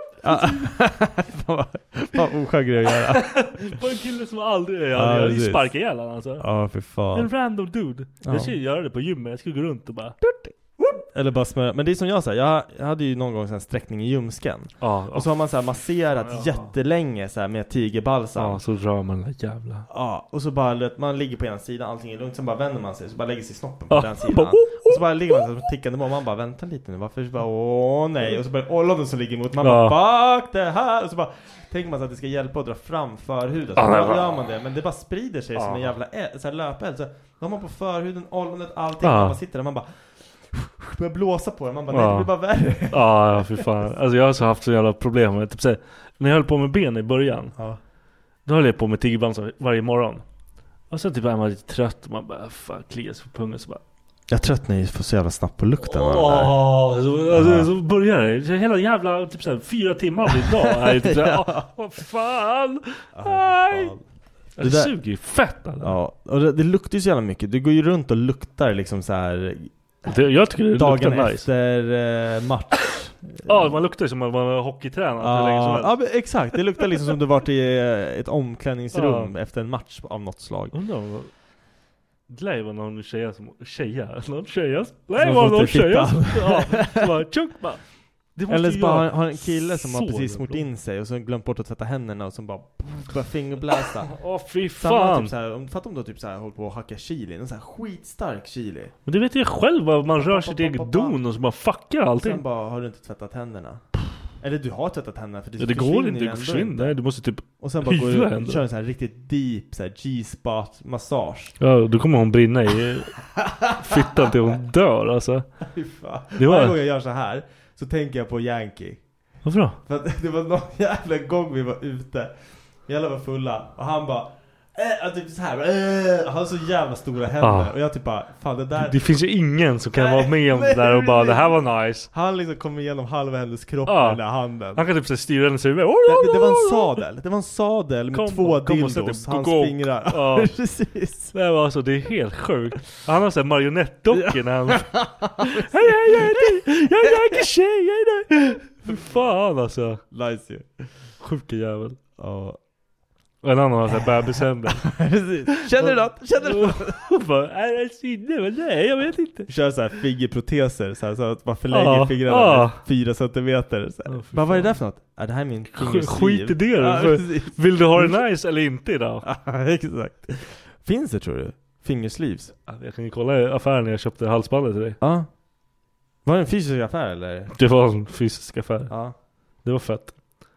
vad oskön grej att göra. på en kille som aldrig sparkar ihjäl han alltså. Ja, för fan. En random dude. Jag skulle göra det på gymmet. Jag skulle gå runt och bara eller bara smörja. Men det är som jag säger, jag hade ju någon gång en sträckning i ljumsken. Och så har man så här masserat jättelänge så här med tigerbalsam. Ja, så rör man den jävla. Ja, och så bara man ligger på ena sidan, allting är lugnt, sen bara vänder man sig så bara lägger sig snoppen på den sidan. Och så bara ligger man så tickande på, man bara vänta lite nu, varför bara åh nej, och så bara ollonen som ligger emot, man bara fuck det här, och så bara tänker man så att det ska hjälpa att dra fram förhuden, så då gör man det, men det bara sprider sig som en jävla så här löpeld, så då har man på förhuden, ollonet, allting, man bara sitter där, man bara börjar blåsa på det, man bara nej, det blir bara värre. Ja, för fan. Alltså jag har så haft så jävla problem med typ så här, när jag höll på med ben i början. Då höll jag på med tigerband varje morgon. Och så typ är man lite trött och man bara fan kliar sig på pungen så bara. Jag tröttnar ju för så jävla snabbt på lukten. Så börjar det hela jävla typ så här 4 timmar idag här typ så här, vad fan. Nej. Det suger ju fett alltså. Ja, och det luktar ju så jävla mycket. Du går ju runt och luktar liksom så här. Jag tycker det dagen luktar efter nice. match. Ja, man luktar som att man har hockeytränat. Ja, men exakt. Det luktar liksom som du varit i ett omklädningsrum efter en match av något slag. Det lär ju vara någon tjeja som bara tjock bara. Eller så bara har en kille som har precis smort in sig och så glömt bort att tvätta händerna och som bara fingerblästa. Fy fan. Typ såhär, fattar om du typ såhär håller på att hacka chili, en sån här skitstark chili. Men det vet jag själv, man rör sitt eget don och så bara fuckar allting. Sen bara har du inte tvättat händerna. Eller du har tvättat händerna för det går inte, det försvinner. Nej, du måste typ och sen bara går du och kör en sån här riktigt deep så här G-spot massage. Ja, då kommer hon brinna i fittan till hon dör alltså. Varje gång jag gör så här så tänker jag på Yankee. Varför då? För att det var någon jävla gång vi var ute. Vi alla var fulla och han bara typ så här. Han har så jävla stora händer och jag typ bara fan det där. Det finns ju ingen som kan vara med om det där och bara det här var nice. Han liksom kommer igenom halva hennes kropp med den där handen. Han kan typ så styra henne sig. Det var en sadel. Det var en sadel med 2 dildos. Hans fingrar. Ja. Precis. Det var alltså, det är helt sjukt. Han har så här marionettdockor när han hej, jag är tjej. För fan alltså. Nice ju. Sjuka jävel. Ja. Och en annan har såhär bebishänder. Känner du något? Känner du något? Bara, är det sinne? Men nej, jag vet inte. Kör såhär fingerproteser så att man förlänger fingrarna med 4 centimeter. Bara, vad är det där för något? Det här är min fingersliv. Skit i det. Vill du ha det nice eller inte idag? Exakt. Finns det tror du? Fingersleeves? Jag kan ju kolla i affären när jag köpte halsbandet till dig. Ja. Var det en fysisk affär eller? Det var en fysisk affär. Ja. Det var fett.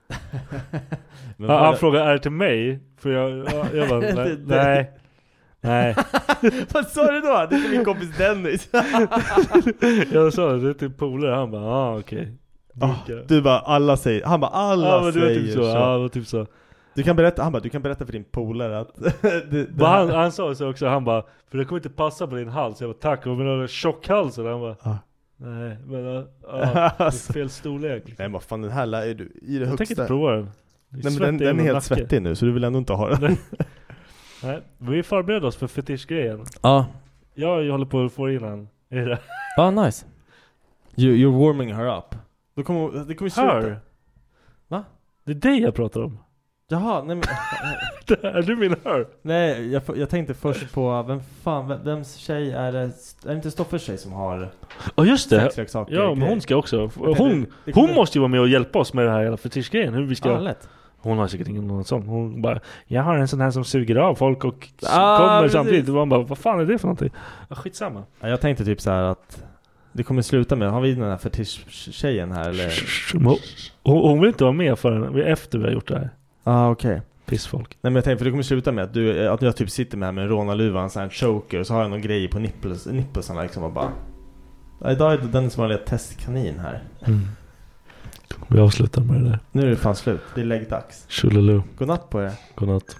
Han frågade, är det till mig? För jag bara, nej. Vad sa du då? Det är till min kompis Dennis. Jag sa det till polare. Han bara, okej. Du bara, alla säger. Han bara, alla säger typ så. Ja, det var typ så. Du kan berätta för din polare att han sa så också. Han bara, för det kommer inte passa på din hals. Jag bara, tack. Och med tjockhalsen. Han bara, nej, men det är fel storlek. Nej, vad fan, den här är du i det högsta. Jag tänker inte prova den. Nej, men den är helt svettig nu, så du vill ändå inte ha den. Nej, vi förbereder oss för fetischgrejen. Ja. Jag håller på att få in den. Ja, nice. You're warming her up. Det kommer sluta. Va? Det är det jag pratar om. Jaha, nej men är du min hör? Nej, jag tänkte först på vems tjej är det? Är det inte Stoffers tjej som har? Ja, just det. Ja, men hon ska också. Hon måste ju vara med och hjälpa oss med det här hela fetischgrejen. Hur vi ska. Lätt. Hon har säkert ingen sån. Hon bara, jag har en sån här som suger av folk och kommer samtidigt. Och man bara, vad fan är det för någonting? Ja, skitsamma. Ja, jag tänkte typ så här att det kommer sluta med, har vi den här fetisch-tjejen här eller? Hon vill inte vara med förrän efter vi har gjort det här. Okej. Pissfolk. Nej, men jag tänkte, för det kommer sluta med att jag typ sitter med här med en rånarluva, en sån här choker, och så har jag någon grej på nippelsarna liksom och bara. Idag är det den som har lite testkanin här. Vi avslutar med det där. Nu är det fan slut. Det är läggdags. Tjolilu. Godnatt på er. Godnatt.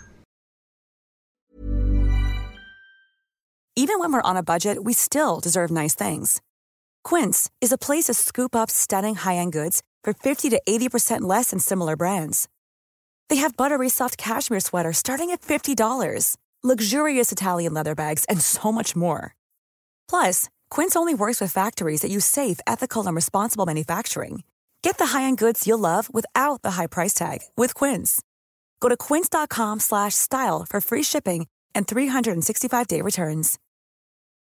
Even when we're on a budget, we still deserve nice things. Quince is a place to scoop up stunning high-end goods for 50 to 80% less than similar brands. They have buttery soft cashmere sweaters starting at $50, luxurious Italian leather bags, and so much more. Plus, Quince only works with factories that use safe, ethical, and responsible manufacturing. Get the high-end goods you'll love without the high price tag with Quince. Go to quince.com/style for free shipping and 365-day returns.